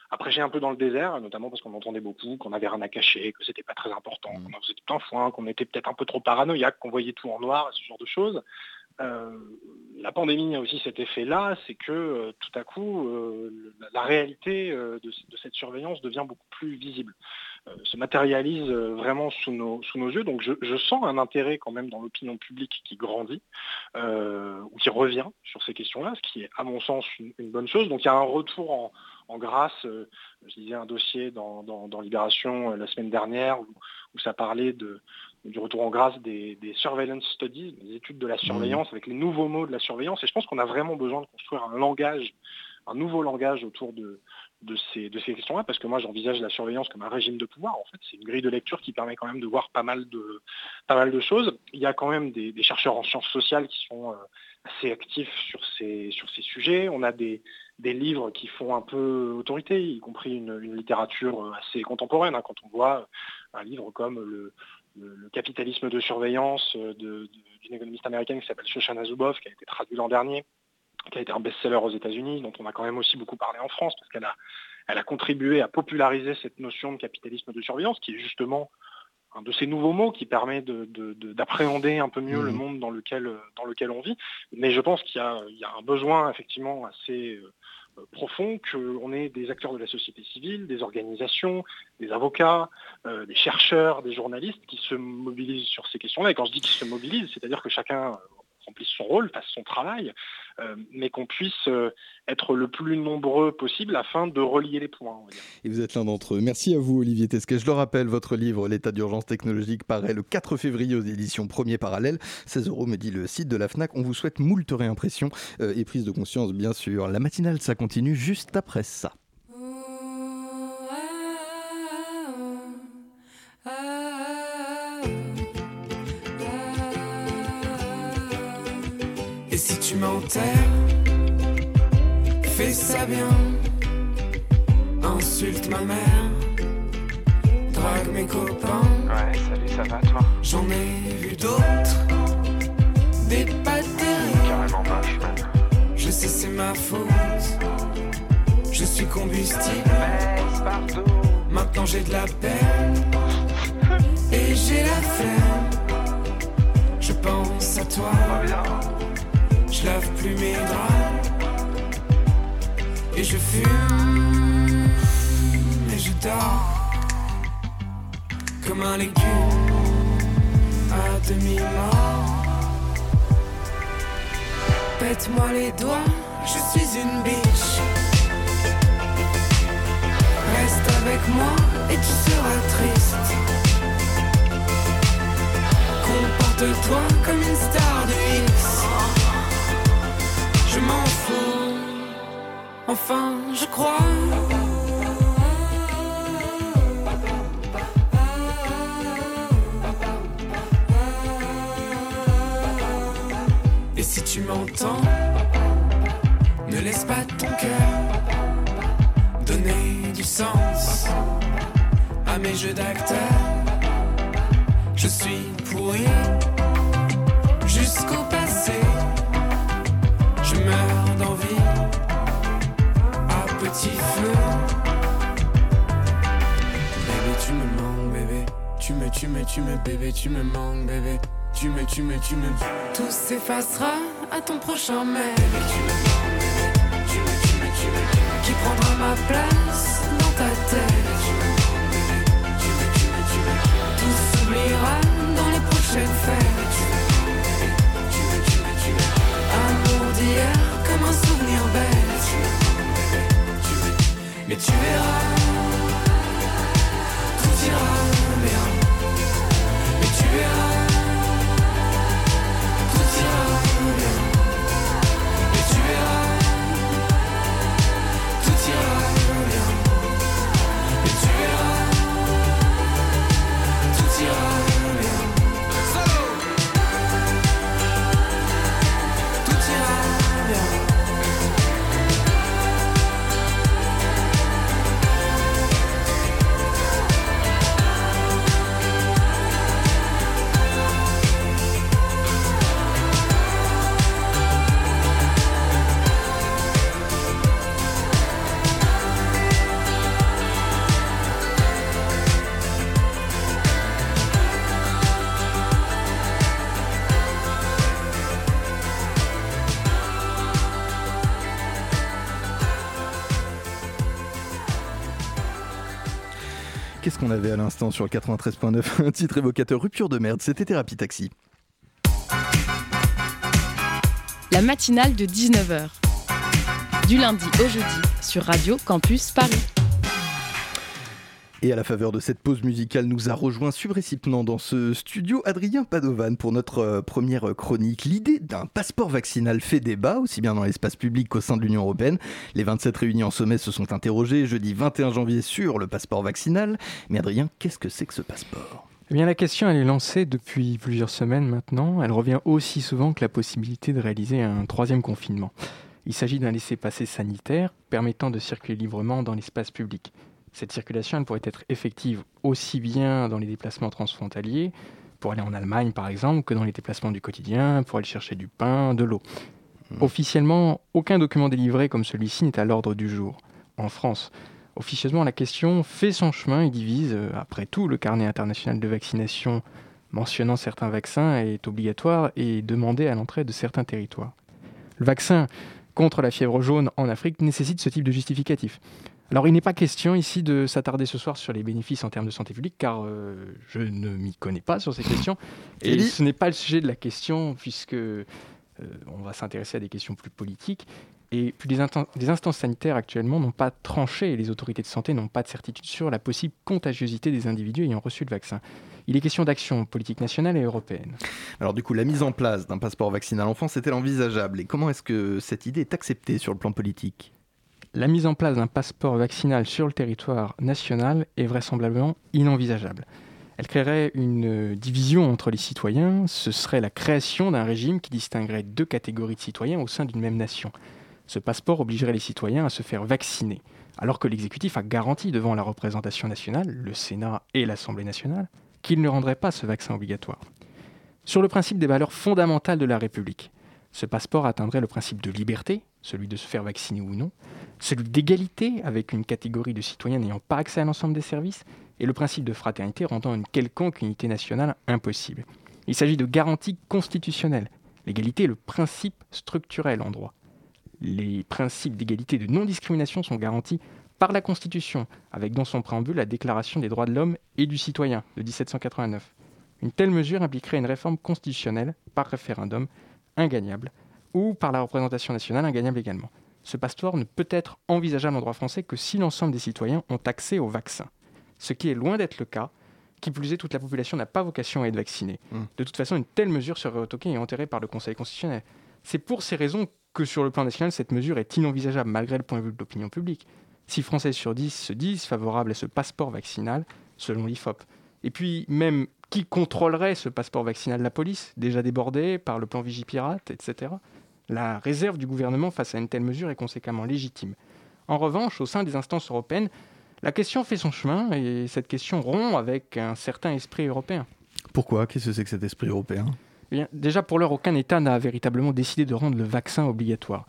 prêcher un peu dans le désert, notamment parce qu'on entendait beaucoup, qu'on n'avait rien à cacher, que c'était pas très important, mmh. qu'on en faisait tout un foin, qu'on était peut-être un peu trop paranoïaque, qu'on voyait tout en noir, ce genre de choses. Euh, la pandémie a aussi cet effet-là, c'est que euh, tout à coup, euh, la, la réalité euh, de, de cette surveillance devient beaucoup plus visible, euh, se matérialise euh, vraiment sous nos, sous nos yeux. Donc je, je sens un intérêt quand même dans l'opinion publique qui grandit, euh, ou qui revient sur ces questions-là, ce qui est à mon sens une, une bonne chose. Donc il y a un retour en, en grâce. Euh, je lisais un dossier dans, dans, dans Libération euh, la semaine dernière où, où ça parlait de du retour en grâce des, des surveillance studies, des études de la surveillance, mmh. avec les nouveaux mots de la surveillance. Et je pense qu'on a vraiment besoin de construire un langage, un nouveau langage autour de, de ces, de ces questions-là, parce que moi j'envisage la surveillance comme un régime de pouvoir. En fait, c'est une grille de lecture qui permet quand même de voir pas mal de, pas mal de choses. Il y a quand même des, des chercheurs en sciences sociales qui sont euh, assez actifs sur ces, sur ces sujets. On a des, des livres qui font un peu autorité, y compris une, une littérature assez contemporaine, hein, quand on voit un livre comme le Le, le capitalisme de surveillance de, de, d'une économiste américaine qui s'appelle Shoshana Zuboff, qui a été traduit l'an dernier, qui a été un best-seller aux États-Unis, dont on a quand même aussi beaucoup parlé en France, parce qu'elle a, elle a contribué à populariser cette notion de capitalisme de surveillance, qui est justement un de ces nouveaux mots qui permet de, de, de, d'appréhender un peu mieux mmh. le monde dans lequel, dans lequel on vit. Mais je pense qu'il y a, il y a un besoin effectivement assez euh, profond qu'on ait des acteurs de la société civile, des organisations, des avocats, euh, des chercheurs, des journalistes qui se mobilisent sur ces questions-là. Et quand je dis qu'ils se mobilisent, c'est-à-dire que chacun remplisse son rôle, fasse son travail, euh, mais qu'on puisse euh, être le plus nombreux possible afin de relier les points. On va dire. Et vous êtes l'un d'entre eux. Merci à vous, Olivier Tesquet. Je le rappelle, votre livre « L'état d'urgence technologique » paraît le quatre février aux éditions Premier Parallèle. seize euros, me dit le site de la Fnac. On vous souhaite moult réimpressions euh, et prise de conscience, bien sûr. La matinale, ça continue juste après ça. Et si tu m'enterres, fais ça bien. Insulte ma mère, drague mes copains. Ouais, salut, ça va toi? J'en ai vu d'autres, des pas terribles. Carrément moche, man. Je sais, c'est ma faute. Je suis combustible. Baisse partout. Maintenant j'ai de la peine et j'ai la flemme. Je pense à toi. Je lave plus mes draps et je fume et je dors comme un légume à demi-mort. Pète-moi les doigts, je suis une bitch. Reste avec moi et tu seras triste. Comporte-toi comme une star de X. Je m'en fous, enfin je crois. Et si tu m'entends, ne laisse pas ton cœur donner du sens à mes jeux d'acteur. Je suis pourri jusqu'au passé. Je meurs d'envie à petit feu. Bébé tu me manques bébé. Tu me, tu me, tu me bébé, tu me manques bébé. Tu me, tu me, tu me. Tout s'effacera à ton prochain mec. Tu me manques bébé. Tu me, tu me, tu me. Qui prendra ma place dans ta tête. Tu me manques bébé. Tu me, tu me, tu me. Tout s'oubliera dans les prochaines fêtes. Tu me manques bébé. Tu me, tu me, tu me. Amour d'hier comme un souvenir bête. Tu me manques bébé. Tu me, mais tu verras, tout ira bien. Mais tu verras. Qu'est-ce qu'on avait à l'instant sur le quatre-vingt-treize point neuf? Un titre évocateur, Rupture de merde, c'était Thérapie Taxi. La matinale de dix-neuf heures. Du lundi au jeudi sur Radio Campus Paris. Et à la faveur de cette pause musicale, nous a rejoint subrécipinemment dans ce studio Adrien Padovan pour notre euh, première chronique. L'idée d'un passeport vaccinal fait débat, aussi bien dans l'espace public qu'au sein de l'Union européenne. Les vingt-sept réunis en sommet se sont interrogés jeudi vingt et un janvier sur le passeport vaccinal. Mais Adrien, qu'est-ce que c'est que ce passeport ? Eh bien, la question, elle est lancée depuis plusieurs semaines maintenant. Elle revient aussi souvent que la possibilité de réaliser un troisième confinement. Il s'agit d'un laissez-passer sanitaire permettant de circuler librement dans l'espace public. Cette circulation, elle pourrait être effective aussi bien dans les déplacements transfrontaliers, pour aller en Allemagne par exemple, que dans les déplacements du quotidien, pour aller chercher du pain, de l'eau. Mmh. Officiellement, aucun document délivré comme celui-ci n'est à l'ordre du jour. En France, officieusement, la question fait son chemin et divise. Après tout, le carnet international de vaccination mentionnant certains vaccins est obligatoire et demandé à l'entrée de certains territoires. Le vaccin contre la fièvre jaune en Afrique nécessite ce type de justificatif. Alors, il n'est pas question ici de s'attarder ce soir sur les bénéfices en termes de santé publique, car euh, je ne m'y connais pas sur ces questions. Et Eli. Ce n'est pas le sujet de la question, puisque euh, on va s'intéresser à des questions plus politiques. Et puis, les, inten- les instances sanitaires actuellement n'ont pas tranché, et les autorités de santé n'ont pas de certitude sur la possible contagiosité des individus ayant reçu le vaccin. Il est question d'action politique nationale et européenne. Alors du coup, la mise en place d'un passeport vaccinal en France est-elle envisageable ? Et comment est-ce que cette idée est acceptée sur le plan politique ? La mise en place d'un passeport vaccinal sur le territoire national est vraisemblablement inenvisageable. Elle créerait une division entre les citoyens. Ce serait la création d'un régime qui distinguerait deux catégories de citoyens au sein d'une même nation. Ce passeport obligerait les citoyens à se faire vacciner, alors que l'exécutif a garanti devant la représentation nationale, le Sénat et l'Assemblée nationale, qu'il ne rendrait pas ce vaccin obligatoire. Sur le principe des valeurs fondamentales de la République, ce passeport atteindrait le principe de liberté, celui de se faire vacciner ou non, celui d'égalité avec une catégorie de citoyens n'ayant pas accès à l'ensemble des services, et le principe de fraternité rendant une quelconque unité nationale impossible. Il s'agit de garanties constitutionnelles. L'égalité est le principe structurel en droit. Les principes d'égalité et de non-discrimination sont garantis par la Constitution, avec dans son préambule la Déclaration des droits de l'homme et du citoyen de dix-sept cent quatre-vingt-neuf. Une telle mesure impliquerait une réforme constitutionnelle par référendum ingagnable, ou par la représentation nationale ingagnable également. Ce passeport ne peut être envisageable en droit français que si l'ensemble des citoyens ont accès au vaccin. Ce qui est loin d'être le cas, qui plus est, toute la population n'a pas vocation à être vaccinée. Mmh. De toute façon, une telle mesure serait retoquée et enterrée par le Conseil constitutionnel. C'est pour ces raisons que sur le plan national, cette mesure est inenvisageable malgré le point de vue de l'opinion publique. six Français sur dix se disent favorables à ce passeport vaccinal, selon l'I F O P. Et puis, même qui contrôlerait ce passeport vaccinal ? La police, déjà débordée par le plan Vigipirate, et cetera. La réserve du gouvernement face à une telle mesure est conséquemment légitime. En revanche, au sein des instances européennes, la question fait son chemin et cette question rompt avec un certain esprit européen. Pourquoi ? Qu'est-ce que c'est que cet esprit européen ? Eh bien, déjà, pour l'heure, aucun État n'a véritablement décidé de rendre le vaccin obligatoire,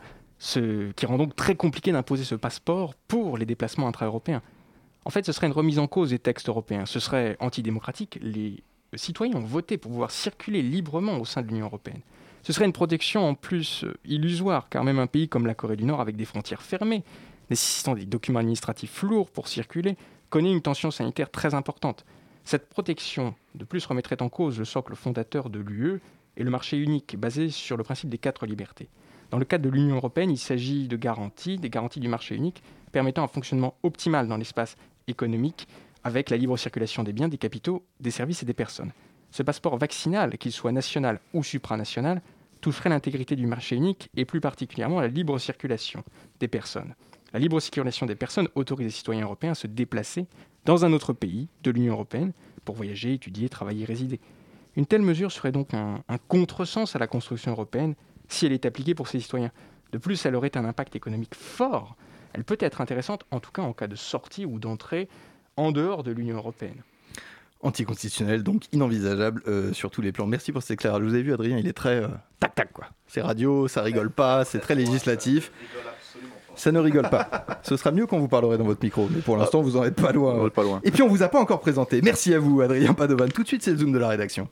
ce qui rend donc très compliqué d'imposer ce passeport pour les déplacements intra-européens. En fait, ce serait une remise en cause des textes européens, ce serait antidémocratique. Les citoyens ont voté pour pouvoir circuler librement au sein de l'Union européenne. Ce serait une protection en plus illusoire, car même un pays comme la Corée du Nord, avec des frontières fermées, nécessitant des documents administratifs lourds pour circuler, connaît une tension sanitaire très importante. Cette protection, de plus, remettrait en cause le socle fondateur de l'U E et le marché unique, basé sur le principe des quatre libertés. Dans le cadre de l'Union européenne, il s'agit de garanties, des garanties du marché unique, permettant un fonctionnement optimal dans l'espace économique, avec la libre circulation des biens, des capitaux, des services et des personnes. Ce passeport vaccinal, qu'il soit national ou supranational, toucherait l'intégrité du marché unique et plus particulièrement la libre circulation des personnes. La libre circulation des personnes autorise les citoyens européens à se déplacer dans un autre pays de l'Union européenne pour voyager, étudier, travailler, résider. Une telle mesure serait donc un, un contresens à la construction européenne si elle est appliquée pour ces citoyens. De plus, elle aurait un impact économique fort. Elle peut être intéressante, en tout cas en cas de sortie ou d'entrée en dehors de l'Union européenne. Anticonstitutionnel, donc inenvisageable euh, sur tous les plans. Merci pour cet éclairage. Vous avez vu, Adrien, il est très euh, tac-tac, quoi. C'est radio, ça rigole pas, c'est très législatif. Ça ne rigole pas. Ce sera mieux quand vous parlerez dans votre micro, mais pour l'instant, vous en êtes pas loin. Pas loin. Et puis, on vous a pas encore présenté. Merci à vous, Adrien Padovan. Tout de suite, c'est le Zoom de la rédaction.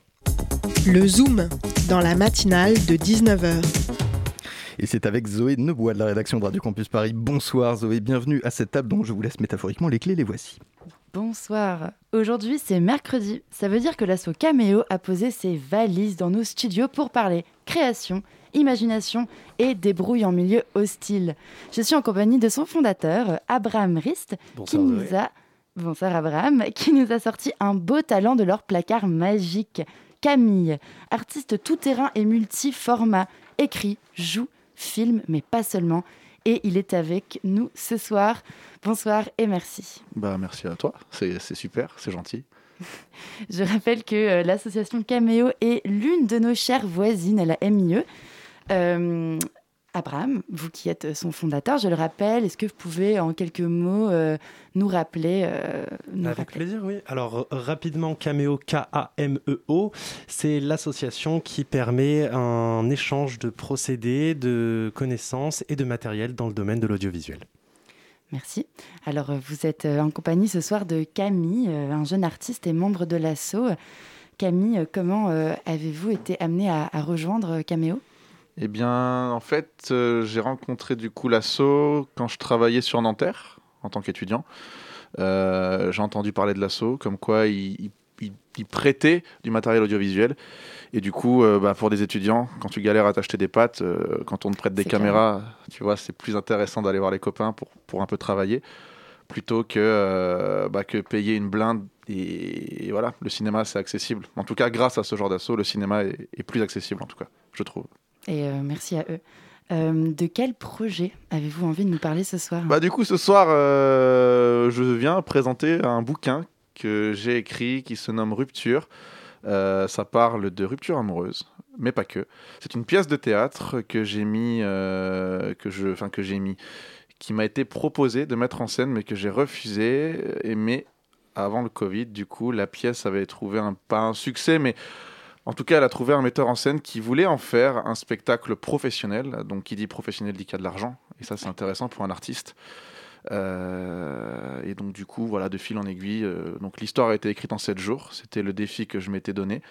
Le Zoom, dans la matinale de dix-neuf heures. Et c'est avec Zoé Neubois de la rédaction de Radio Campus Paris. Bonsoir Zoé, bienvenue à cette table dont je vous laisse métaphoriquement les clés, les voici. Bonsoir. Aujourd'hui, c'est mercredi. Ça veut dire que l'asso Caméo a posé ses valises dans nos studios pour parler création, imagination et débrouille en milieu hostile. Je suis en compagnie de son fondateur, Abraham Rist, Bonsoir, qui nous Zoé. a... Bonsoir Abraham, qui nous a sorti un beau talent de leur placard magique. Camille, artiste tout-terrain et multi-format, écrit, joue, filme, mais pas seulement. Et il est avec nous ce soir. Bonsoir et merci. Bah, merci à toi, c'est, c'est super, c'est gentil. Je rappelle que euh, l'association Caméo est l'une de nos chères voisines à la M I E. Euh, Abraham, vous qui êtes son fondateur, je le rappelle, est-ce que vous pouvez en quelques mots euh, nous rappeler euh, nous Avec rappeler. plaisir, oui. Alors, euh, rapidement, Caméo, K A M E O, c'est l'association qui permet un échange de procédés, de connaissances et de matériel dans le domaine de l'audiovisuel. Merci. Alors, euh, vous êtes euh, en compagnie ce soir de Camille, euh, un jeune artiste et membre de l'asso. Camille, euh, comment euh, avez-vous été amenée à, à rejoindre Caméo ? Eh bien, en fait, euh, j'ai rencontré du coup l'asso quand je travaillais sur Nanterre en tant qu'étudiant. Euh, j'ai entendu parler de l'asso, comme quoi ils il, il, il prêtaient du matériel audiovisuel. Et du coup, euh, bah, pour des étudiants, quand tu galères à t'acheter des pâtes, euh, quand on te prête des C'est caméras, clair. Tu vois, c'est plus intéressant d'aller voir les copains pour, pour un peu travailler, plutôt que, euh, bah, que payer une blinde. Et, et voilà, le cinéma, c'est accessible. En tout cas, grâce à ce genre d'asso, le cinéma est, est plus accessible, en tout cas, je trouve. Et euh, merci à eux. Euh, de quel projet avez-vous envie de nous parler ce soir ? Bah, du coup, ce soir, euh, je viens présenter un bouquin que j'ai écrit qui se nomme Rupture. Euh, ça parle de rupture amoureuse, mais pas que. C'est une pièce de théâtre que j'ai mis, euh, que je, enfin que j'ai mis, qui m'a été proposée de mettre en scène, mais que j'ai refusé. Et mais avant le Covid, du coup, la pièce avait trouvé un, pas un succès, mais en tout cas, elle a trouvé un metteur en scène qui voulait en faire un spectacle professionnel. Donc, qui dit professionnel dit qu'il y a de l'argent, et ça, c'est intéressant pour un artiste. Euh, et donc du coup voilà, de fil en aiguille, euh, donc l'histoire a été écrite en sept jours, c'était le défi que je m'étais donné.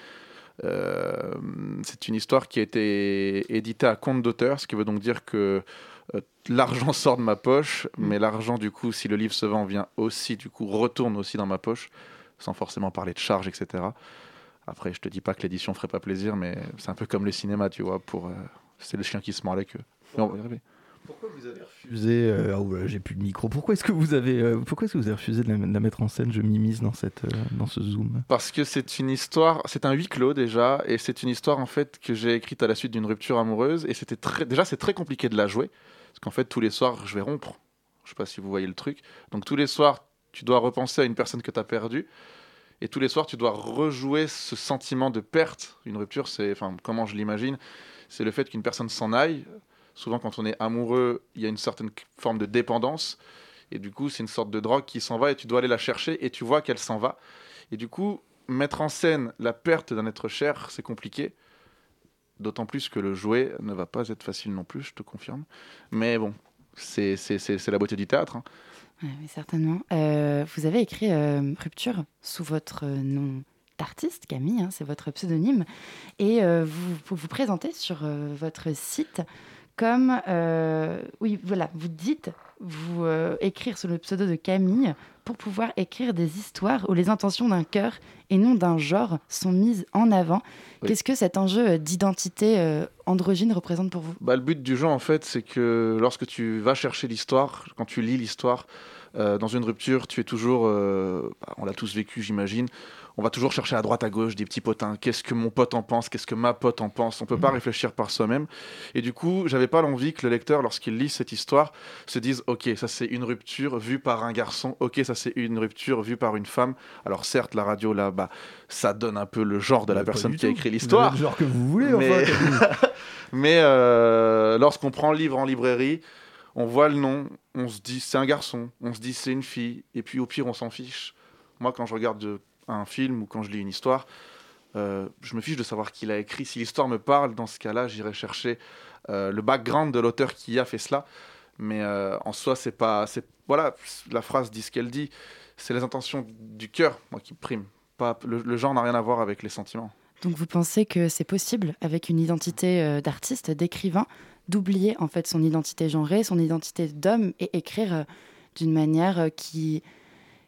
Euh, c'est une histoire qui a été éditée à compte d'auteur, ce qui veut donc dire que euh, l'argent sort de ma poche, mais l'argent du coup, si le livre se vend, vient aussi, du coup retourne aussi dans ma poche, sans forcément parler de charges, et cetera. Après, je te dis pas que l'édition ferait pas plaisir, mais c'est un peu comme le cinéma, tu vois, pour, euh, c'est le chien qui se mord la queue. Mais on va y arriver. Pourquoi vous avez refusé euh, oh, j'ai plus de micro. Pourquoi est-ce que vous avez euh, pourquoi est-ce que vous avez refusé de la, de la mettre en scène ? Je m'immisce dans cette euh, dans ce zoom. Parce que c'est une histoire, c'est un huis clos déjà, et c'est une histoire en fait que j'ai écrite à la suite d'une rupture amoureuse, et c'était très, déjà c'est très compliqué de la jouer, parce qu'en fait tous les soirs je vais rompre. Je sais pas si vous voyez le truc. Donc tous les soirs tu dois repenser à une personne que tu as perdue, et tous les soirs tu dois rejouer ce sentiment de perte. Une rupture, c'est, enfin comment je l'imagine, c'est le fait qu'une personne s'en aille. Souvent, quand on est amoureux, il y a une certaine forme de dépendance. Et du coup, c'est une sorte de drogue qui s'en va et tu dois aller la chercher et tu vois qu'elle s'en va. Et du coup, mettre en scène la perte d'un être cher, c'est compliqué. D'autant plus que le jouer ne va pas être facile non plus, je te confirme. Mais bon, c'est, c'est, c'est, c'est la beauté du théâtre. Hein. Ouais, mais certainement. Euh, vous avez écrit euh, Rupture sous votre nom d'artiste, Camille, hein, c'est votre pseudonyme. Et euh, vous, vous vous présentez sur euh, votre site comme, euh, oui, voilà, vous dites, vous euh, écrire sous le pseudo de Camille pour pouvoir écrire des histoires où les intentions d'un cœur et non d'un genre sont mises en avant. Oui. Qu'est-ce que cet enjeu d'identité euh, androgyne représente pour vous ? Bah, le but du jeu, en fait, c'est que lorsque tu vas chercher l'histoire, quand tu lis l'histoire, euh, dans une rupture, tu es toujours, euh, bah, on l'a tous vécu, j'imagine, on va toujours chercher à droite, à gauche des petits potins. Qu'est-ce que mon pote en pense ? Qu'est-ce que ma pote en pense ? On ne peut pas réfléchir par soi-même. Et du coup, j'avais pas l'envie que le lecteur, lorsqu'il lit cette histoire, se dise « Ok, ça c'est une rupture vue par un garçon. Ok, ça c'est une rupture vue par une femme. » Alors certes, la radio, là, bah, ça donne un peu le genre de la bah, personne qui a écrit tout. l'histoire. Le genre que vous voulez, mais... enfin. mais euh, lorsqu'on prend le livre en librairie, on voit le nom, on se dit c'est un garçon, on se dit c'est une fille, et puis au pire, on s'en fiche. Moi, quand je regarde... De... un film ou quand je lis une histoire, euh, je me fiche de savoir qui l'a écrit. Si l'histoire me parle, dans ce cas-là, j'irai chercher euh, le background de l'auteur qui a fait cela. Mais euh, en soi, c'est pas, c'est, voilà, la phrase dit ce qu'elle dit. C'est les intentions du cœur, moi, qui priment. Pas, le, le genre n'a rien à voir avec les sentiments. Donc vous pensez que c'est possible, avec une identité euh, d'artiste, d'écrivain, d'oublier en fait son identité genrée, son identité d'homme, et écrire euh, d'une manière euh, qui...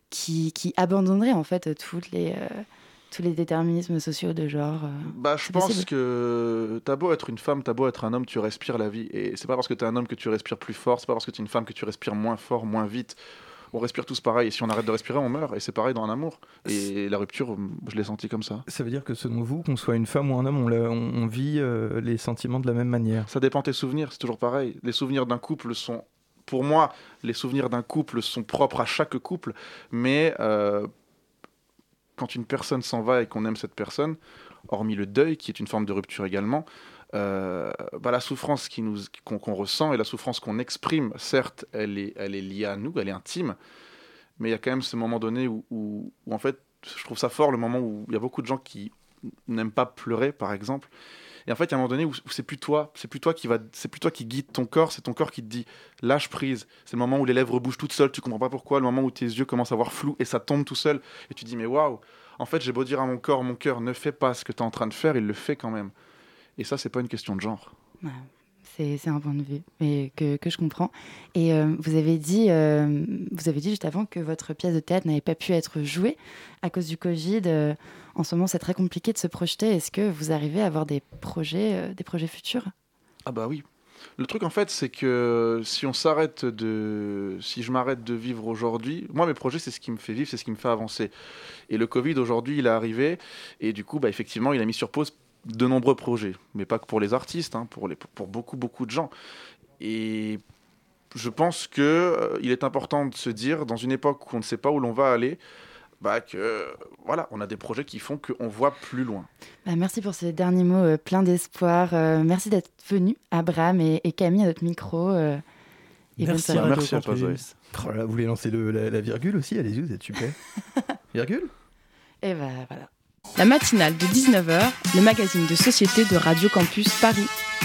qui, qui abandonnerait en fait toutes les, euh, tous les déterminismes sociaux de genre. Euh, bah, je pense possible. que t'as beau être une femme, t'as beau être un homme, tu respires la vie. Et c'est pas parce que t'es un homme que tu respires plus fort, c'est pas parce que t'es une femme que tu respires moins fort, moins vite. On respire tous pareil, et si on arrête de respirer, on meurt, et c'est pareil dans un amour. Et la rupture, je l'ai senti comme ça. Ça veut dire que selon vous, qu'on soit une femme ou un homme, on, on, on vit euh, les sentiments de la même manière? Ça dépend de tes souvenirs, c'est toujours pareil. Les souvenirs d'un couple sont, pour moi, les souvenirs d'un couple sont propres à chaque couple, mais euh, quand une personne s'en va et qu'on aime cette personne, hormis le deuil, qui est une forme de rupture également, Euh, bah, la souffrance qui nous, qu'on, qu'on ressent et la souffrance qu'on exprime, certes, elle est, elle est liée à nous, elle est intime, mais il y a quand même ce moment donné où, où, où, en fait, je trouve ça fort, le moment où il y a beaucoup de gens qui n'aiment pas pleurer, par exemple, et en fait, il y a un moment donné où, où c'est plus toi, c'est plus toi qui va, c'est plus toi qui guide ton corps, c'est ton corps qui te dit lâche prise. C'est le moment où les lèvres bougent toutes seules, tu comprends pas pourquoi, le moment où tes yeux commencent à voir flou et ça tombe tout seul, et tu dis mais waouh, en fait, j'ai beau dire à mon corps, mon cœur, ne fais pas ce que tu es en train de faire, il le fait quand même. Et ça, c'est pas une question de genre. Ouais, c'est, c'est un point de vue et que, que je comprends. Et euh, vous avez dit, euh, vous avez dit juste avant que votre pièce de théâtre n'avait pas pu être jouée à cause du Covid. Euh, en ce moment, c'est très compliqué de se projeter. Est-ce que vous arrivez à avoir des projets, euh, des projets futurs ? Ah bah oui. Le truc, en fait, c'est que si on s'arrête de... Si je m'arrête de vivre aujourd'hui... Moi, mes projets, c'est ce qui me fait vivre, c'est ce qui me fait avancer. Et le Covid, aujourd'hui, il est arrivé. Et du coup, bah, effectivement, il a mis sur pause de nombreux projets, mais pas que pour les artistes, hein, pour, les, pour beaucoup, beaucoup de gens. Et je pense qu'il euh, est important de se dire, dans une époque où on ne sait pas où l'on va aller, bah, que voilà, on a des projets qui font qu'on voit plus loin. Bah, merci pour ces derniers mots euh, pleins d'espoir. Euh, merci d'être venu, Abraham et, et Camille, à notre micro. Euh, et merci à, merci à toi, Zoé. Oh là, vous voulez lancer le, la, la virgule aussi? Allez-y, vous êtes super. Virgule? Et bah voilà. La matinale de dix-neuf heures, le magazine de société de Radio Campus Paris.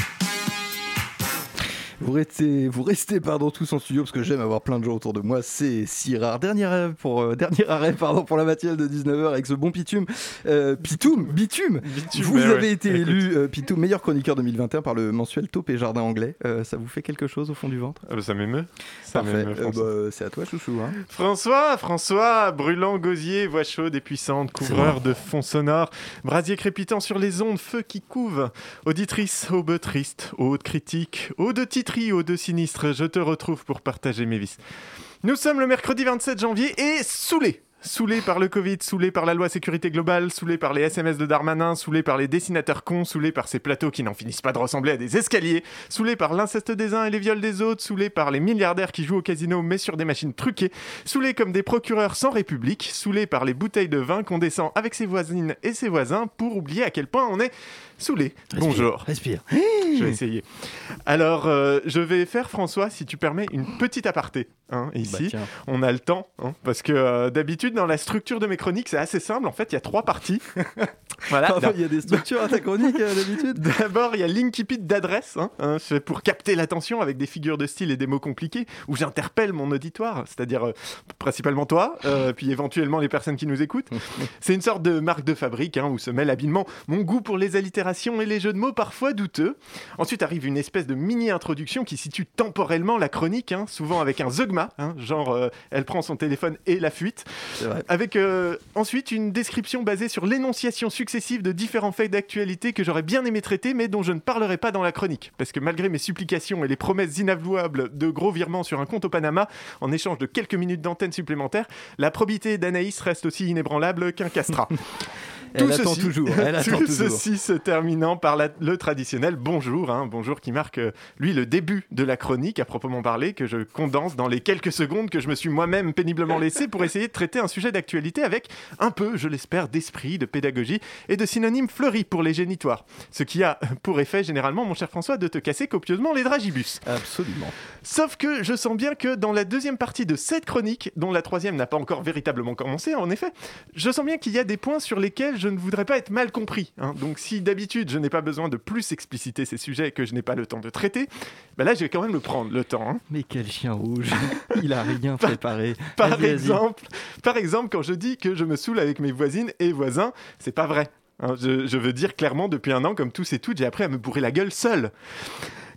Vous restez, vous restez pardon, tous en studio parce que j'aime avoir plein de gens autour de moi, c'est si rare. Dernier arrêt pour, euh, dernier arrêt, pardon, pour la matinale de dix-neuf heures avec ce bon Pitoum. Euh, Pitoum, Bitume, Bitume vous avez ouais. été Écoute. élu euh, Pitoum, meilleur chroniqueur deux mille vingt et un par le mensuel Taupe et Jardin Anglais. Euh, ça vous fait quelque chose au fond du ventre? euh, Ça m'émeut. Ça Parfait, m'émeut, euh, bah, c'est à toi chouchou. Hein. François, François, brûlant gosier, voix chaude et puissante, couvreur de fond sonore, brasier crépitant sur les ondes, feu qui couve, auditrice, aube triste, ode critique, ode titri, ode sinistre. Je te retrouve pour partager mes vices. Nous sommes le mercredi vingt-sept janvier et saoulés. Saoulés par le Covid, saoulés par la loi sécurité globale, saoulés par les S M S de Darmanin, saoulés par les dessinateurs cons, saoulés par ces plateaux qui n'en finissent pas de ressembler à des escaliers, saoulés par l'inceste des uns et les viols des autres, saoulés par les milliardaires qui jouent au casino mais sur des machines truquées, saoulés comme des procureurs sans république, saoulés par les bouteilles de vin qu'on descend avec ses voisines et ses voisins pour oublier à quel point on est saoulé. Respire, Bonjour. Respire. Je vais essayer. Alors, euh, je vais faire, François, si tu permets, une petite aparté. Hein, ici, bah, on a le temps, hein, parce que euh, d'habitude, dans la structure de mes chroniques, c'est assez simple. En fait, il y a trois parties. Voilà. Pardon, il y a des structures à ta chronique, euh, d'habitude. D'abord, il y a l'incipit d'adresse, hein, hein, c'est pour capter l'attention avec des figures de style et des mots compliqués, où j'interpelle mon auditoire, c'est-à-dire euh, principalement toi, euh, puis éventuellement les personnes qui nous écoutent. C'est une sorte de marque de fabrique, hein, où se mêle habilement mon goût pour les allitérations et les jeux de mots parfois douteux. Ensuite arrive une espèce de mini-introduction qui situe temporellement la chronique, hein, souvent avec un zeugma, hein, genre euh, elle prend son téléphone et la fuite. C'est vrai. Avec euh, ensuite une description basée sur l'énonciation successive de différents faits d'actualité que j'aurais bien aimé traiter, mais dont je ne parlerai pas dans la chronique. Parce que malgré mes supplications et les promesses inavouables de gros virements sur un compte au Panama, en échange de quelques minutes d'antenne supplémentaires, la probité d'Anaïs reste aussi inébranlable qu'un castrat. Elle attend ceci, toujours. Elle attend tout toujours. Ceci se terminant par la, le traditionnel bonjour, hein, bonjour qui marque, euh, lui, le début de la chronique, à proprement parler, que je condense dans les quelques secondes que je me suis moi-même péniblement laissé pour essayer de traiter un sujet d'actualité avec un peu, je l'espère, d'esprit, de pédagogie et de synonymes fleuris pour les génitoires. Ce qui a pour effet, généralement, mon cher François, de te casser copieusement les dragibus. Absolument. Sauf que je sens bien que dans la deuxième partie de cette chronique, dont la troisième n'a pas encore véritablement commencé, en effet, je sens bien qu'il y a des points sur lesquels je ne voudrais pas être mal compris. Hein. Donc si d'habitude je n'ai pas besoin de plus expliciter ces sujets que je n'ai pas le temps de traiter, ben là je vais quand même le prendre, le temps. Hein. Mais quel chien rouge. Il a rien préparé. Par, vas-y, exemple, vas-y. par exemple, quand je dis que je me saoule avec mes voisines et voisins, c'est pas vrai. Hein. Je, je veux dire clairement, depuis un an, comme tous et toutes, j'ai appris à me bourrer la gueule seul.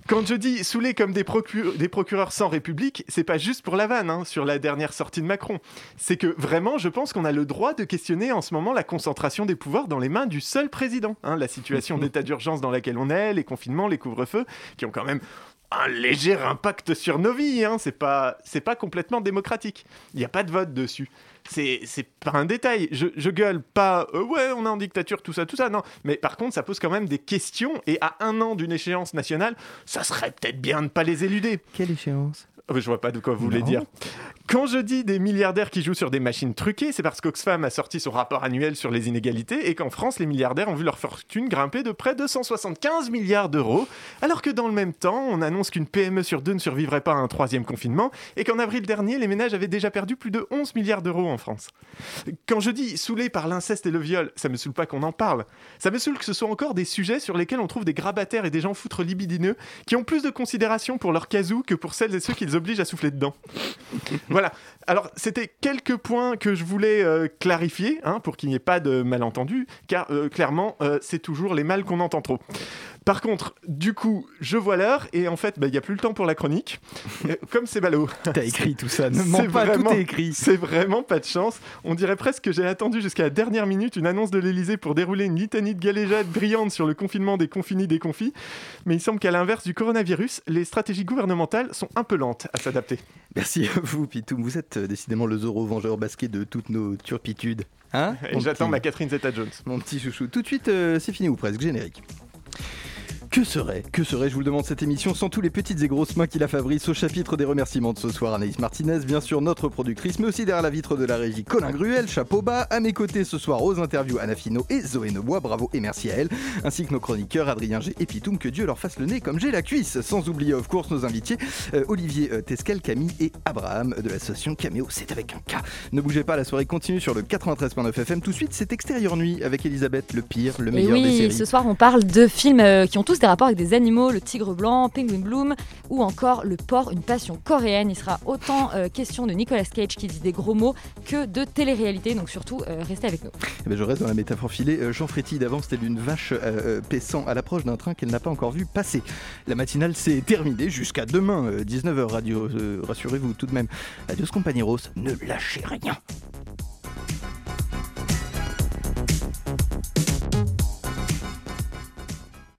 Quand je dis saoulés comme des, procure- des procureurs sans république, c'est pas juste pour la vanne hein, sur la dernière sortie de Macron. C'est que vraiment, je pense qu'on a le droit de questionner en ce moment la concentration des pouvoirs dans les mains du seul président. Hein, la situation d'état d'urgence dans laquelle on est, les confinements, les couvre-feux, qui ont quand même un léger impact sur nos vies. Hein. C'est pas, c'est pas complètement démocratique. Il n'y a pas de vote dessus. C'est, c'est pas un détail. Je, je gueule pas, euh, ouais, on est en dictature, tout ça, tout ça, non. Mais par contre, ça pose quand même des questions. Et à un an d'une échéance nationale, ça serait peut-être bien de ne pas les éluder. Quelle échéance ? Je vois pas de quoi vous voulez dire. Quand je dis des milliardaires qui jouent sur des machines truquées, c'est parce qu'Oxfam a sorti son rapport annuel sur les inégalités et qu'en France, les milliardaires ont vu leur fortune grimper de près de cent soixante-quinze milliards d'euros, alors que dans le même temps, on annonce qu'une P M E sur deux ne survivrait pas à un troisième confinement et qu'en avril dernier, les ménages avaient déjà perdu plus de onze milliards d'euros en France. Quand je dis saoulé par l'inceste et le viol, ça me saoule pas qu'on en parle. Ça me saoule que ce soit encore des sujets sur lesquels on trouve des grabataires et des gens foutres libidineux qui ont plus de considération pour leur casou que pour celles et ceux qu'ils oblige à souffler dedans. Voilà. Alors, c'était quelques points que je voulais euh, clarifier, hein, pour qu'il n'y ait pas de malentendu, car euh, clairement, euh, c'est toujours les mâles qu'on entend trop. Par contre, du coup, je vois l'heure, et en fait, il bah, n'y a plus le temps pour la chronique. Euh, comme c'est ballot. T'as écrit tout ça, ne mens pas, vraiment, tout est écrit. C'est vraiment pas de chance. On dirait presque que j'ai attendu jusqu'à la dernière minute une annonce de l'Élysée pour dérouler une litanie de galéjades brillantes sur le confinement des confinis des confis. Mais il semble qu'à l'inverse du coronavirus, les stratégies gouvernementales sont un peu lentes à s'adapter. Merci à vous, Pitoum. Vous êtes euh, décidément le Zorro-vengeur basquet de toutes nos turpitudes. Hein, et j'attends petit... ma Catherine Zeta-Jones. Mon petit chouchou. Tout de suite, euh, c'est fini ou presque. Générique. Que serait, que serait, je vous le demande, cette émission sans tous les petites et grosses mains qui la fabriquent? Au chapitre des remerciements de ce soir, Anaïs Martinez, bien sûr notre productrice, mais aussi derrière la vitre de la régie, Colin Gruel, chapeau bas. À mes côtés ce soir aux interviews, Anna Finot et Zoé Nobois, bravo et merci à elle, ainsi que nos chroniqueurs Adrien G et Pitoum, que Dieu leur fasse le nez comme j'ai la cuisse. Sans oublier, of course, nos invités, euh, Olivier euh, Tesquel, Camille et Abraham de l'association Caméo, c'est avec un K. Ne bougez pas, la soirée continue sur le quatre-vingt-treize virgule neuf F M. Tout de suite, c'est Extérieur Nuit avec Elisabeth, le pire, le meilleur et oui, des séries. Ce soir, on parle de films euh, qui ont tous des rapports avec des animaux. Le tigre blanc, Penguin Bloom ou encore le porc, une passion coréenne. Il sera autant euh, question de Nicolas Cage qui dit des gros mots que de télé-réalité, donc surtout euh, restez avec nous. Eh ben, je reste dans la métaphore filée. Euh, Jean Frétille d'avance telle une vache euh, paissant à l'approche d'un train qu'elle n'a pas encore vu passer. La matinale s'est terminée jusqu'à demain, euh, dix-neuf heures. Radio, euh, rassurez-vous tout de même. Adios compañeros, ne lâchez rien.